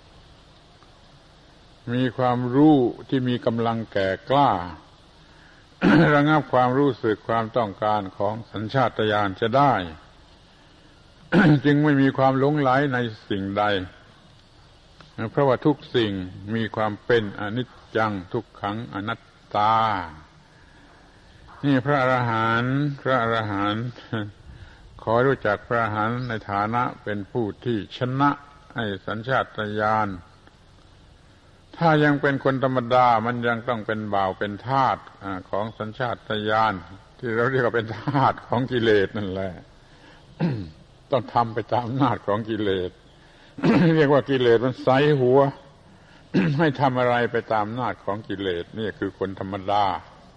มีความรู้ที่มีกำลังแก่กล้า ระงับความรู้สึกความต้องการของสัญชาตญาณจะได้ จึงไม่มีความหลงไหลในสิ่งใดเพราะว่าทุกสิ่งมีความเป็นอนิจจังทุกขังอนัตตานี่พระอรหันต์พระอรหันต์ขอรู้จักพระอรหันต์ในฐานะเป็นผู้ที่ชนะให้สัญชาตญาณถ้ายังเป็นคนธรรมดามันยังต้องเป็นบ่าวเป็นทาสของสัญชาตญาณที่เราเรียกว่าเป็นทาสของกิเลสนั่นแหละ ต้องทำไปตามอำนาจของกิเลส เรียกว่ากิเลสมันใส่หัว ให้ทำอะไรไปตามอำนาจของกิเลสนี่คือคนธรรมดา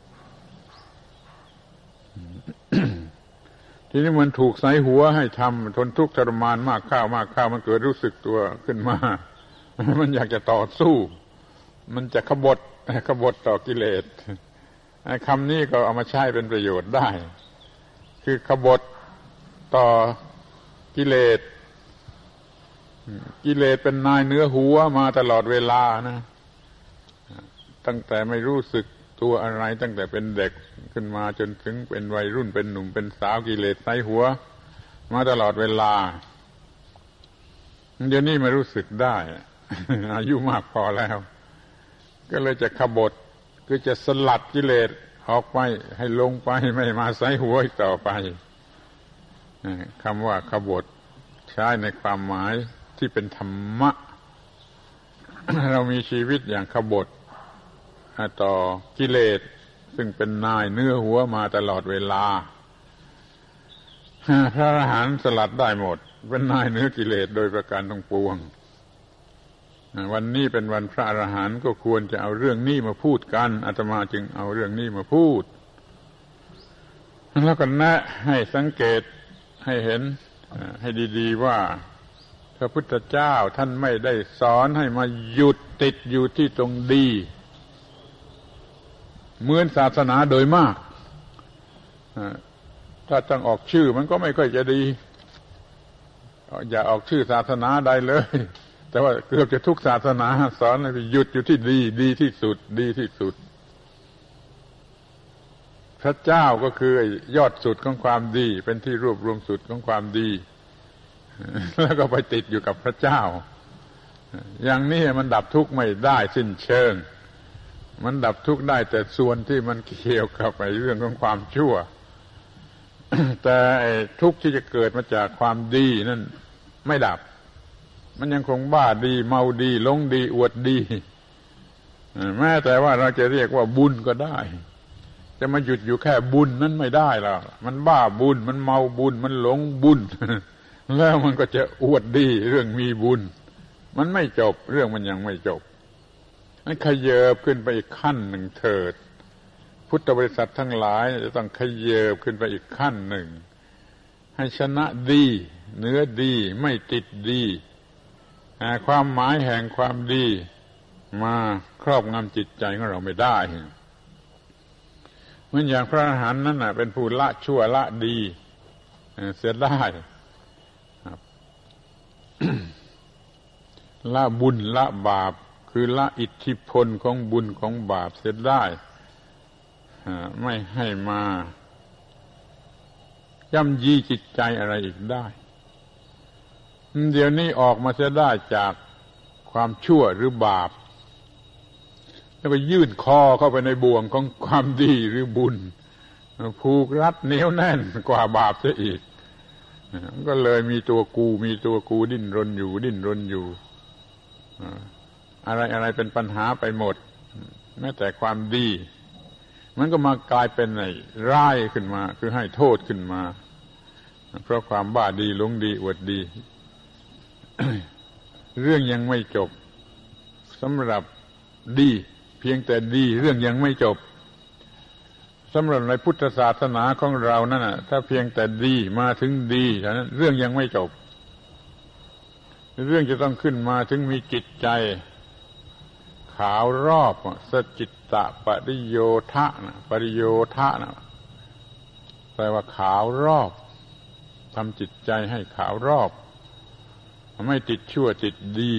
ทีนี้มันถูกใส่หัวให้ทำทนทุกข์ทรมานมากข้าวมากข้าวมันเกิดรู้สึกตัวขึ้นมา มันอยากจะต่อสู้มันจะขบฏขบฏต่อกิเลสคำนี้ก็เอามาใช้เป็นประโยชน์ได้คือขบฏต่อกิเลสกิเลสเป็นนายเนื้อหัวมาตลอดเวลานะตั้งแต่ไม่รู้สึกตัวอะไรตั้งแต่เป็นเด็กขึ้นมาจนถึงเป็นวัยรุ่นเป็นหนุ่มเป็นสาวกิเลสใส่หัวมาตลอดเวลาเดี๋ยวนี้ไม่รู้สึกได้อายุมากพอแล้วก็เลยจะขบฏคือจะสลัดกิเลสออกไปให้ลงไปไม่มาใส่หัวอีกต่อไปคำว่าขบฏใช้ในความหมายที่เป็นธรรมะ เรามีชีวิตอย่างขบฏต่อกิเลสซึ่งเป็นนายเนื้อหัวมาตลอดเวลาพระอรหันต์สลัดได้หมดเป็นนายเนื้อกิเลสโดยประการทั้งปวงวันนี้เป็นวันพระอรหันต์ก็ควรจะเอาเรื่องนี้มาพูดกันอาตมาจึงเอาเรื่องนี้มาพูดแล้วก็แนะให้สังเกตให้เห็นให้ดีๆว่าพระพุทธเจ้าท่านไม่ได้สอนให้มาหยุดติดอยู่ที่ตรงดีเหมือนศาสนาโดยมากถ้าต้องออกชื่อมันก็ไม่ค่อยจะดีอย่าออกชื่อศาสนาใดเลยแต่ว่าเกือบจะทุกศาสนาสอนให้หยุดอยู่ที่ดีดีที่สุดดีที่สุดพระเจ้าก็คือยอดสุดของความดีเป็นที่รวบรวมสุดของความดีแล้วก็ไปติดอยู่กับพระเจ้าอย่างนี้มันดับทุกข์ไม่ได้สิ้นเชิงมันดับทุกข์ได้แต่ส่วนที่มันเกี่ยวกับไอ้เรื่องของความชั่ว แต่ไอ้ทุกข์ที่จะเกิดมาจากความดีนั่นไม่ดับมันยังคงบ้าดีเมาดีหลงดีอวดดีแม้แต่ว่าเราจะเรียกว่าบุญก็ได้จะมาหยุดอยู่แค่บุญนั้นไม่ได้หรอกมันบ้าบุญมันเมาบุญมันหลงบุญ แล้วมันก็จะอวดดีเรื่องมีบุญมันไม่จบเรื่องมันยังไม่จบมันขยับขึ้นไปอีกขั้นหนึ่งเถิดพุทธบริษัททั้งหลายจะต้องขยับขึ้นไปอีกขั้นหนึ่งให้ชนะดีเนื้อดีไม่ติดดีความหมายแห่งความดีมาครอบงำจิตใจของเราไม่ได้เหมือนอย่างพระอรหันต์นั่นน่ะเป็นผู้ละชั่วละดีเสียได้ครับ ละบุญละบาปคือละอิทธิพลของบุญของบาปเสียได้ไม่ให้มาย่ำยีจิตใจอะไรอีกได้เดี๋ยวนี้ออกมาเสียได้จากความชั่วหรือบาปแล้วก็ยื่นคอเข้าไปในบ่วงของความดีหรือบุญผูกรัดเหนียวแน่นกว่าบาปเสียอีกก็เลยมีตัวกูมีตัวกูดิ้นรนอยู่ดิ้นรนอยู่อะไรอะไรเป็นปัญหาไปหมดแม้แต่ความดีมันก็มากลายเป็นไอ้ร้ายขึ้นมาคือให้โทษขึ้นมาเพราะความบ้าดีหลงดีอวดดี เรื่องยังไม่จบสำหรับดีเพียงแต่ดีเรื่องยังไม่จบสำหรับในพุทธศาสนาของเรานั่นน่ะถ้าเพียงแต่ดีมาถึงดีฉะนั้นเรื่องยังไม่จบเรื่องจะต้องขึ้นมาถึงมีจิตใจขาวรอบสจิตตะปริโยทะนะปริโยทะนะแปลว่าขาวรอบทำจิตใจให้ขาวรอบไม่ติดชั่วติดดี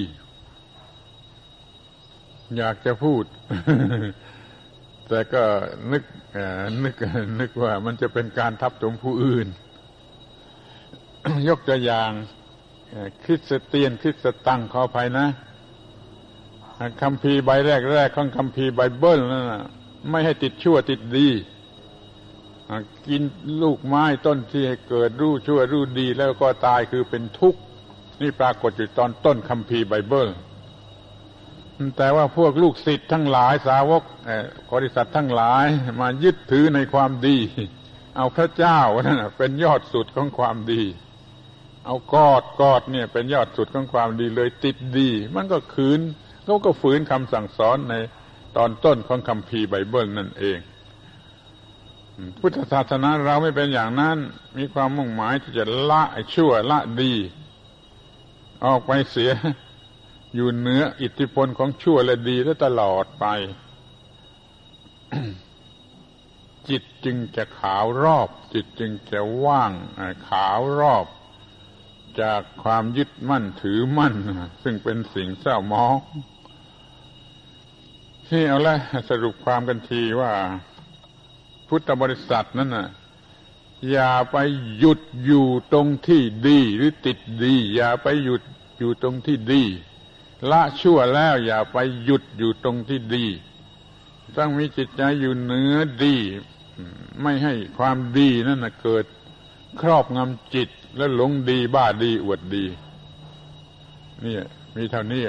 อยากจะพูด แต่ก็นึกนึกนึกว่ามันจะเป็นการทับถมผู้อื่น ยกตัวอย่างคริสเตียนคริสตังขออภัยนะคัมภีร์ใบแรกๆของคัมภีร์ไบเบิลนั่นน่ะไม่ให้ติดชั่วติดดีกินลูกไม้ต้นที่ให้เกิดรู้ชั่วรู้ดีแล้วก็ตายคือเป็นทุกข์นี่ปรากฏอยู่ตอนต้นคัมภีร์ไบเบิลแต่ว่าพวกลูกศิษย์ทั้งหลายสาวกบริษัททั้งหลายมายึดถือในความดีเอาพระเจ้านั่นน่ะเป็นยอดสุดของความดีเอากอดกอดเนี่ยเป็นยอดสุดของความดีเลยติดดีมันก็ขืนเขาก็ฝืนคำสั่งสอนในตอนต้นของคัมภีร์ไบเบิลนั่นเองพุทธศาสนาเราไม่เป็นอย่างนั้นมีความมุ่งหมายที่จะละชั่วละดีออกไปเสียอยู่เหนืออิทธิพลของชั่วและดีและตลอดไป จิตจึงจะขาวรอบจิตจึงจะว่างขาวรอบจากความยึดมั่นถือมั่นซึ่งเป็นสิ่งเศร้าหมองที่เอาละสรุปความกันทีว่าพุทธบริษัทนั้นน่ะอย่าไปหยุดอยู่ตรงที่ดีหรือติดดีอย่าไปหยุดอยู่ตรงที่ดีละชั่วแล้วอย่าไปหยุดอยู่ตรงที่ดีต้องมีจิตใจอยู่เหนือดีไม่ให้ความดีนั่นน่ะเกิดครอบงำจิตแล้วหลงดีบ้าดีอวดดีนี่มีเท่านี้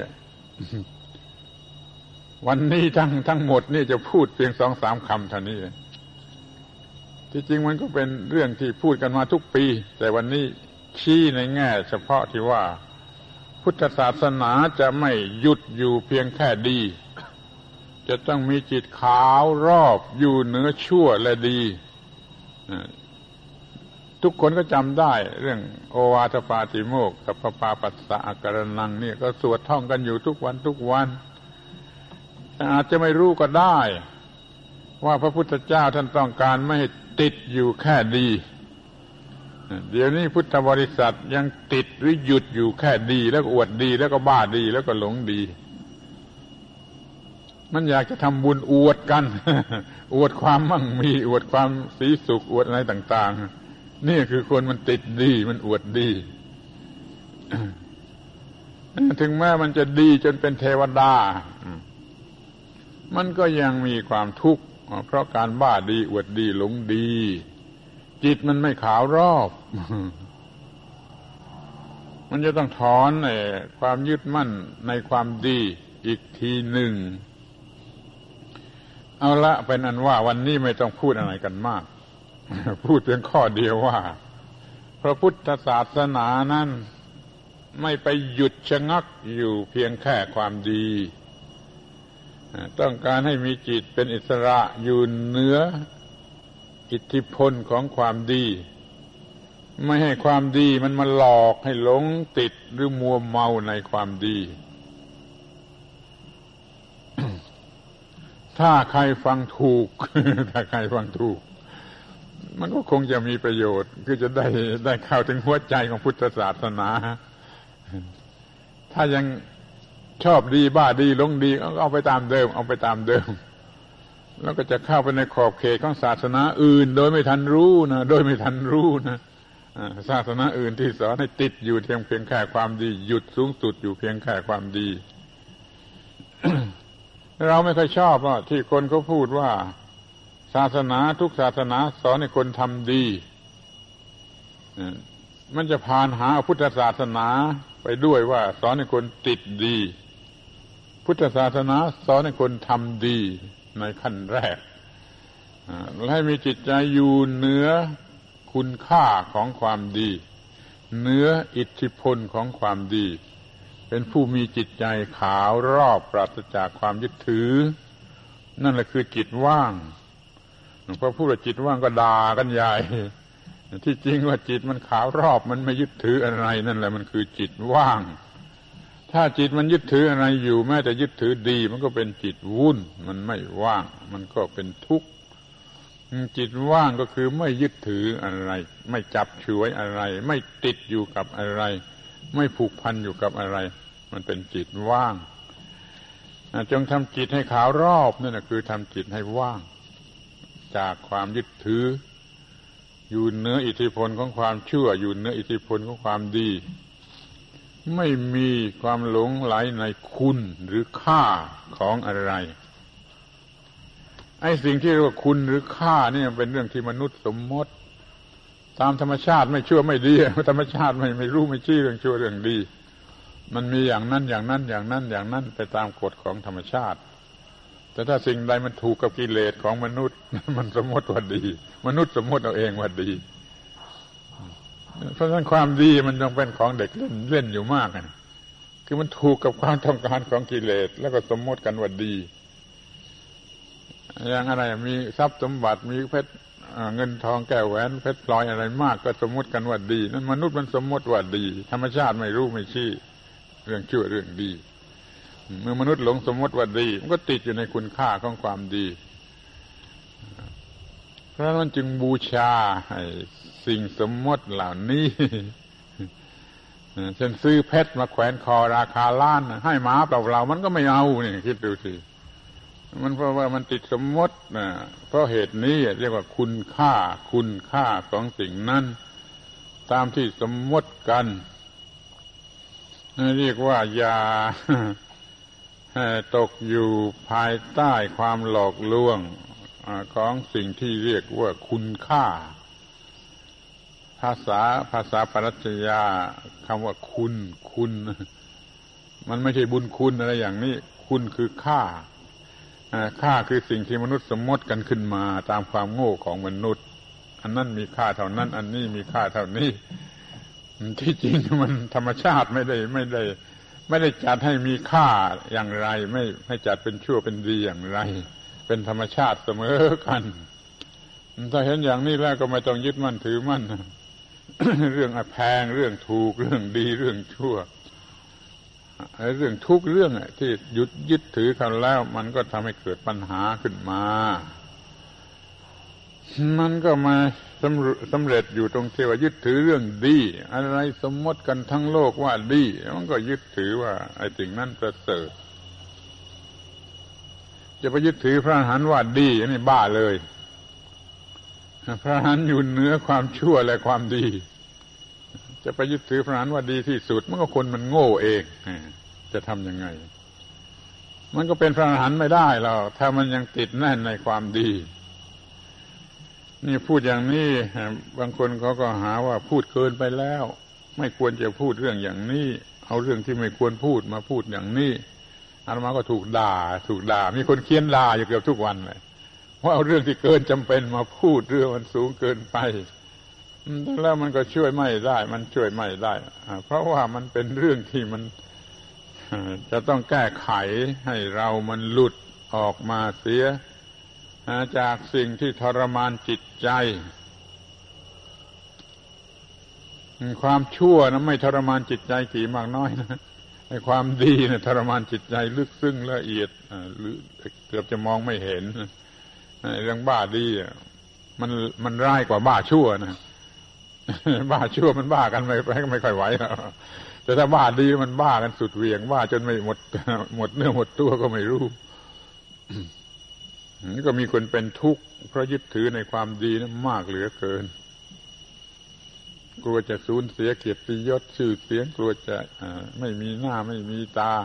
วันนี้ทั้งทั้งหมดนี่จะพูดเพียงสองสามคำเท่านี้ที่จริงมันก็เป็นเรื่องที่พูดกันมาทุกปีแต่วันนี้ชี้ในแง่เฉพาะที่ว่าพุทธศาสนาจะไม่หยุดอยู่เพียงแค่ดีจะต้องมีจิตขาวรอบอยู่เหนือชั่วและดีทุกคนก็จำได้เรื่องโอวาทปาติโมกข์กับปปาปัสสะอาการนังเนี่ยก็สวดท่องกันอยู่ทุกวันทุกวันแต่อาจจะไม่รู้ก็ได้ว่าพระพุทธเจ้าท่านต้องการไม่ให้ติดอยู่แค่ดีเดี๋ยวนี้พุทธบริษัทยังติดหรือหยุดอยู่แค่ดีแล้วก็อวดดีแล้วก็บ้าดีแล้วก็หลงดีมันอยากจะทำบุญอวดกัน อวดความมั่งมีอวดความสีสุขอวดอะไรต่างๆนี่คือคนมันติดดีมันอวดดี ถึงแม้มันจะดีจนเป็นเทวดามันก็ยังมีความทุกข์เพราะการบ้าดีอวดดีหลงดีจิตมันไม่ขาวรอบ มันจะต้องถอนไอ้ความยึดมั่นในความดีอีกทีหนึ่งเอาละเป็นอันว่าวันนี้ไม่ต้องพูดอะไรกันมากพูดเพียงข้อเดียวว่าพระพุทธศาสนานั้นไม่ไปหยุดชะงักอยู่เพียงแค่ความดีต้องการให้มีจิตเป็นอิสระอยู่เหนืออิทธิพลของความดีไม่ให้ความดีมันมาหลอกให้หลงติดหรือมัวเมาในความดี ถ้าใครฟังถูก ถ้าใครฟังถูกมันก็คงจะมีประโยชน์คือจะได้ได้เข้าถึงหัวใจของพุทธศาสนาถ้ายังชอบดีบ้าดีหลงดีก็เอาไปตามเดิมเอาไปตามเดิมแล้วก็จะเข้าไปในขอบเขตของศาสนาอื่นโดยไม่ทันรู้นะโดยไม่ทันรู้นะศาสนาอื่นที่สอนให้ติดอยู่เพียงเพียงแค่ความดีหยุดสูงสุดอยู่เพียงแค่ความดี เราไม่ค่อยชอบว่าที่คนเขาพูดว่าศาสนาทุกศาสนาสอนให้คนทำดีมันจะผ่านหาพุทธศาสนาไปด้วยว่าสอนให้คนติดดีพุทธศาสนาสอนให้คนทำดีในขั้นแรกให้มีจิตใจอยู่เหนือคุณค่าของความดีเหนืออิทธิพลของความดีเป็นผู้มีจิตใจขาวรอบปราศจากความยึดถือนั่นแหละคือจิตว่างพอพูดว่าจิตว่างก็ด่ากันใหญ่ที่จริงว่าจิตมันขาวรอบมันไม่ยึดถืออะไรนั่นแหละมันคือจิตว่างถ้าจิตมันยึดถืออะไรอยู่แม้แต่ยึดถือดีมันก็เป็นจิตวุ่นมันไม่ว่างมันก็เป็นทุกข์จิตว่างก็คือไม่ยึดถืออะไรไม่จับฉวยอะไรไม่ติดอยู่กับอะไรไม่ผูกพันอยู่กับอะไรมันเป็นจิตว่างจงทำจิตให้ขาวรอบนั่นนะคือทำจิตให้ว่างจากความยึดถืออยู่เหนืออิทธิพลของความชั่วอยู่เหนืออิทธิพลของความดีไม่มีความหลงไหลในคุณหรือค่าของอะไรไอ้สิ่งที่เรียกว่าคุณหรือค่านี่เป็นเรื่องที่มนุษย์สมมติตามธรรมชาติไม่ชั่วไม่ดีธรรมชาติไม่ไม่รู้ไม่ชี้เรื่องชั่วเรื่องดีมันมีอย่างนั้นอย่างนั้นอย่างนั้นอย่างนั้นไปตามกฎของธรรมชาติแต่ถ้าสิ่งใดมันถูกกับกิเลสของมนุษย์มันสมมติว่าดีมนุษย์สมมติเอาเองว่าดีเพราะฉะนั้นความดีมันต้องเป็นของเด็กเล่นเล่นอยู่มากนะคือมันถูกกับความต้องการของกิเลสแล้วก็สมมติกันว่าดีอย่างอะไรมีทรัพย์สมบัติมีเพชรเงินทองแก้วแหวนเพชรพลอยอะไรมากก็สมมติกันว่าดีนั่นมนุษย์มันสมมติว่าดีธรรมชาติไม่รู้ไม่ชี้เรื่องชั่วเรื่องดีเมื่อมนุษย์หลงสมมติว่าดีมันก็ติดอยู่ในคุณค่าของความดีเพราะนั้นจึงบูชาให้สิ่งสมมติเหล่านี้เช่นซื้อเพชรมาแขวนคอราคาล้านให้หมาเปล่าๆมันก็ไม่เอานี่คิดดูสิมันเพราะว่ามันติดสมมตินะเพราะเหตุนี้เรียกว่าคุณค่าคุณค่าของสิ่งนั้นตามที่สมมติกันเรียกว่าอย่าตกอยู่ภายใต้ความหลอกลวงของสิ่งที่เรียกว่าคุณค่าภาษาภาษาปรัชญาคำว่าคุณคุณมันไม่ใช่บุญคุณอะไรอย่างนี้คุณคือค่าค่าคือสิ่งที่มนุษย์สมมติกันขึ้นมาตามความโง่ของมนุษย์อันนั้นมีค่าเท่านั้นอันนี้มีค่าเท่านี้ที่จริงมันธรรมชาติไม่ได้ไม่ได้ไม่ได้จัดให้มีค่าอย่างไรไม่ให้จัดเป็นชั่วเป็นดีอย่างไรเป็นธรรมชาติเสมอกันถ้าเห็นอย่างนี้แล้วก็ไม่ต้องยึดมั่นถือมั่น เรื่องแพงเรื่องถูกเรื่องดีเรื่องชั่วเรื่องทุกเรื่องที่หยุดยึดถือกันแล้วมันก็ทำให้เกิดปัญหาขึ้นมามันก็มาสำเร็จอยู่ตรงที่ว่ายึดถือเรื่องดีอะไรสมมติกันทั้งโลกว่าดีมันก็ยึดถือว่าไอ้สิ่งนั้นประเสริฐจะไปยึดถือพระอรหันต์ว่าดีอันนี้บ้าเลยพระอรหันต์อยู่เหนือความชั่วและความดีจะไปยึดถือพระอรหันต์ว่าดีที่สุดมันก็คนมันโง่เองจะทำยังไงมันก็เป็นพระอรหันต์ไม่ได้หรอกถ้ามันยังติดแน่นในความดีนี่พูดอย่างนี้บางคนเขาก็หาว่าพูดเกินไปแล้วไม่ควรจะพูดเรื่องอย่างนี้เอาเรื่องที่ไม่ควรพูดมาพูดอย่างนี้อาตมาก็ถูกด่าถูกด่ามีคนเขียนด่าอยู่เกือบทุกวันเลยว่าเอาเรื่องที่เกินจำเป็นมาพูดเรื่องมันสูงเกินไปแล้วมันก็ช่วยไม่ได้มันช่วยไม่ได้เพราะว่ามันเป็นเรื่องที่มันจะต้องแก้ไขให้เรามันหลุดออกมาเสียจากสิ่งที่ทรมานจิตใจความชั่วนะไม่ทรมานจิตใจกี่มากน้อยนะไอ้ความดีนะทรมานจิตใจลึกซึ้งละเอียดหรือเกือบจะมองไม่เห็นเรื่องบ้าดีมันมันร้ายกว่าบ้าชั่วนะบ้าชั่วมันบ้ากันไม่ไม่ค่อยไหวแต่ถ้าบ้าดีมันบ้ากันสุดเหวี่ยงบ้าจนไม่หมดหมดเนื้อหมดตัวก็ไม่รู้ก็มีคนเป็นทุกข์เพราะยึดถือในความดีนั้นมากเหลือเกินกลัวจะสูญเสียเกียรติยศชื่อเสียงกลัวจะไม่มีหน้าไม่มีตา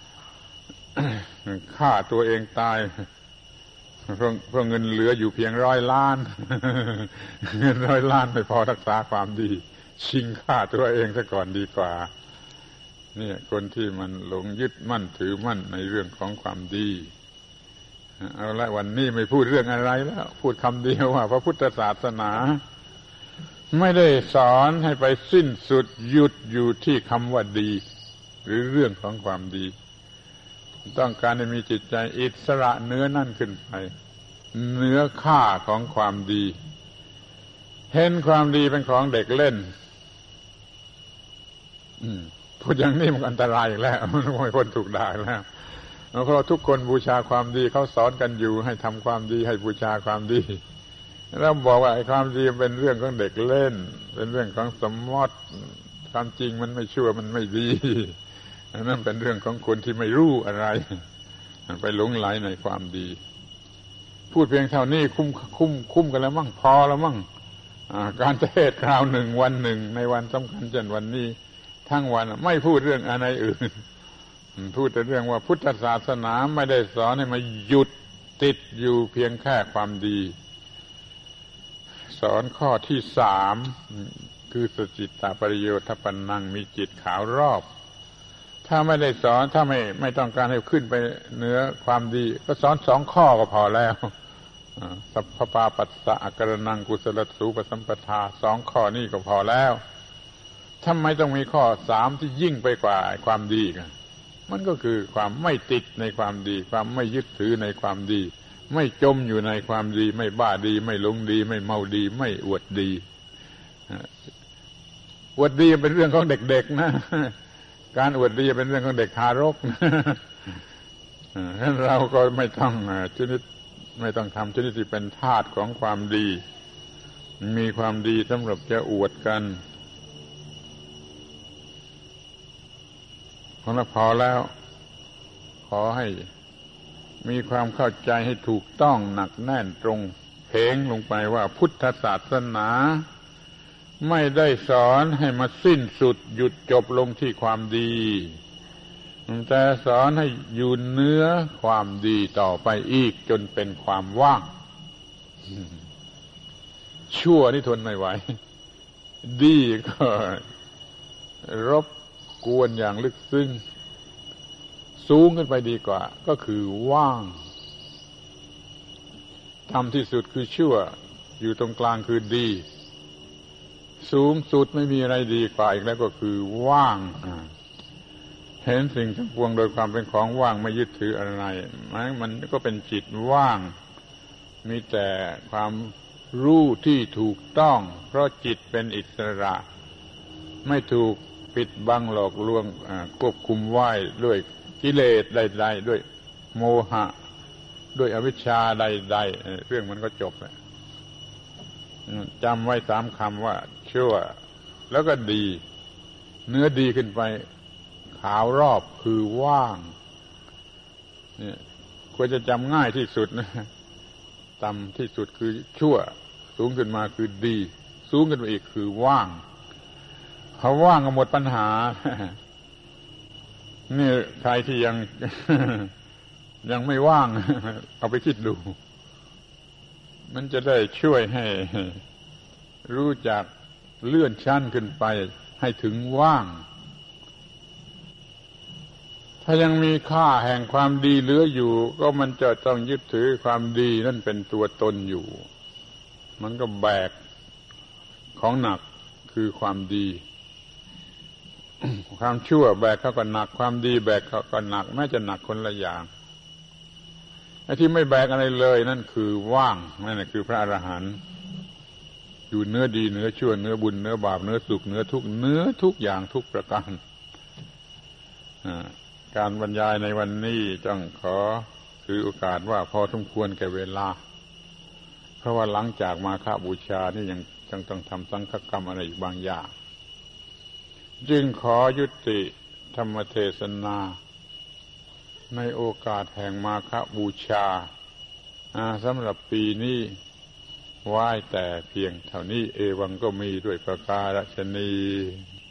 ฆ่าตัวเองตายเพราะเพราะเงินเหลืออยู่เพียงร้อยล้านเงินร้อยล้านไม่พอรักษาความดีชิงฆ่าตัวเองซะก่อนดีกว่านี่คนที่มันหลงยึดมั่นถือมั่นในเรื่องของความดีเอาละวันนี้ไม่พูดเรื่องอะไรแล้วพูดคำเดียวว่าพระพุทธศาสนาไม่ได้สอนให้ไปสิ้นสุดหยุดอยู่ที่คำว่าดีหรือเรื่องของความดีต้องการให้มีจิตใจอิสระเหนือนั่นขึ้นไปเหนือค่าของความดีเห็นความดีเป็นของเด็กเล่นพูดอย่างนี้มันอันตรายอีกแล้วไม่พ้นถูกด่าแล้วเพราะทุกคนบูชาความดีเขาสอนกันอยู่ให้ทำความดีให้บูชาความดีแล้วบอกว่าไอ้ความดีเป็นเรื่องของเด็กเล่นเป็นเรื่องของสมมติความจริงมันไม่ชั่วมันไม่ดีนั่นเป็นเรื่องของคนที่ไม่รู้อะไรไปหลงไหลในความดีพูดเพียงเท่านี้คุ้มคุ้มคุ้มกันแล้วมั่งพอแล้วมั่งการเทศน์คราวหนึ่งวันหนึ่งในวันสำคัญเช่นวันนี้ทั้งวันไม่พูดเรื่องอะไรอื่นพูดแต่เรื่องว่าพุทธศาสนาไม่ได้สอนให้มาหยุดติดอยู่เพียงแค่ความดีสอนข้อที่สามคือสจิตตปริโยทปนังมีจิตขาวรอบถ้าไม่ได้สอนถ้าไม่ไม่ต้องการให้ขึ้นไปเหนือความดีก็สอนสองข้อก็พอแล้วสัพพปาปัสสะอกรนังกุศลสูปสัมปทาสองข้อนี้ก็พอแล้วทำไมต้องมีข้อสามที่ยิ่งไปกว่าความดีกันมันก็คือความไม่ติดในความดีความไม่ยึดถือในความดีไม่จมอยู่ในความดีไม่บ้าดีไม่หลงดีไม่เมาดีไม่อวดดีอวดดีเป็นเรื่องของเด็กๆนะการอวดดีเป็นเรื่องของเด็กทารกนะฉะนั้นเราก็ไม่ต้องชนิดไม่ต้องทำชนิดที่เป็นทาสของความดีมีความดีสำหรับจะอวดกันพอแล้วพอแล้วขอให้มีความเข้าใจให้ถูกต้องหนักแน่นตรงเพงลงไปว่าพุทธศาสนาไม่ได้สอนให้มาสิ้นสุดหยุดจบลงที่ความดีแต่สอนให้อยู่เหนือความดีต่อไปอีกจนเป็นความว่างชั่วนี่ทนไม่ไหวดีก็รบกวนอย่างลึกซึ้งสูงขึ้นไปดีกว่าก็คือว่างต่ำที่สุดคือชั่วอยู่ตรงกลางคือดีสูงสุดไม่มีอะไรดีกว่าอีกแล้วก็คือว่างเห็นสิ่งทั้งปวงโดยความเป็นของว่างไม่ยึดถืออะไรมันก็เป็นจิตว่างมีแต่ความรู้ที่ถูกต้องเพราะจิตเป็นอิสระไม่ถูกปิดบังหลอกลวงควบคุมไว้ด้วยกิเลสใดๆด้วยโมหะด้วยอวิชชาใดๆเรื่องมันก็จบแล้วจำไว้สามคำว่าชั่วแล้วก็ดีเนื้อดีขึ้นไปขาวรอบคือว่างเนี่ยควรจะจำง่ายที่สุดนะต่ำที่สุดคือชั่วสูงขึ้นมาคือดีสูงขึ้นไปอีกคือว่างเขาว่างก็หมดปัญหานี่ใครที่ยัง ยังไม่ว่างเอาไปคิดดูมันจะได้ช่วยให้รู้จักเลื่อนชั้นขึ้นไปให้ถึงว่างถ้าถ้ายังมีค่าแห่งความดีเหลืออยู่ก็มันจะต้องยึดถือความดีนั่นเป็นตัวตนอยู่มันก็แบกของหนักคือความดีความชั่วแบกเขาก็หนักความดีแบกเขาก็หนักแม้จะหนักคนละอย่างไอ้ที่ไม่แบกอะไรเลยนั่นคือว่างนั่นแหละคือพระอรหันต์อยู่เนื้อดีเนื้อชั่วเนื้อบุญเนื้อบาปเนื้อสุขเนื้อทุกข์เนื้อทุกอย่างทุกประการการบรรยายในวันนี้ต้องขอถือโอกาสว่าพอสมควรแก่เวลาเพราะว่าหลังจากมาฆบูชานี่ยังต้องต้องทำสังฆกรรมอะไรอีกบางอย่างจึงขอยุติธรรมเทศนาในโอกาสแห่งมาฆบูชาสำหรับปีนี้ไว้แต่เพียงเท่านี้เอวังก็มีด้วยประการฉะนี้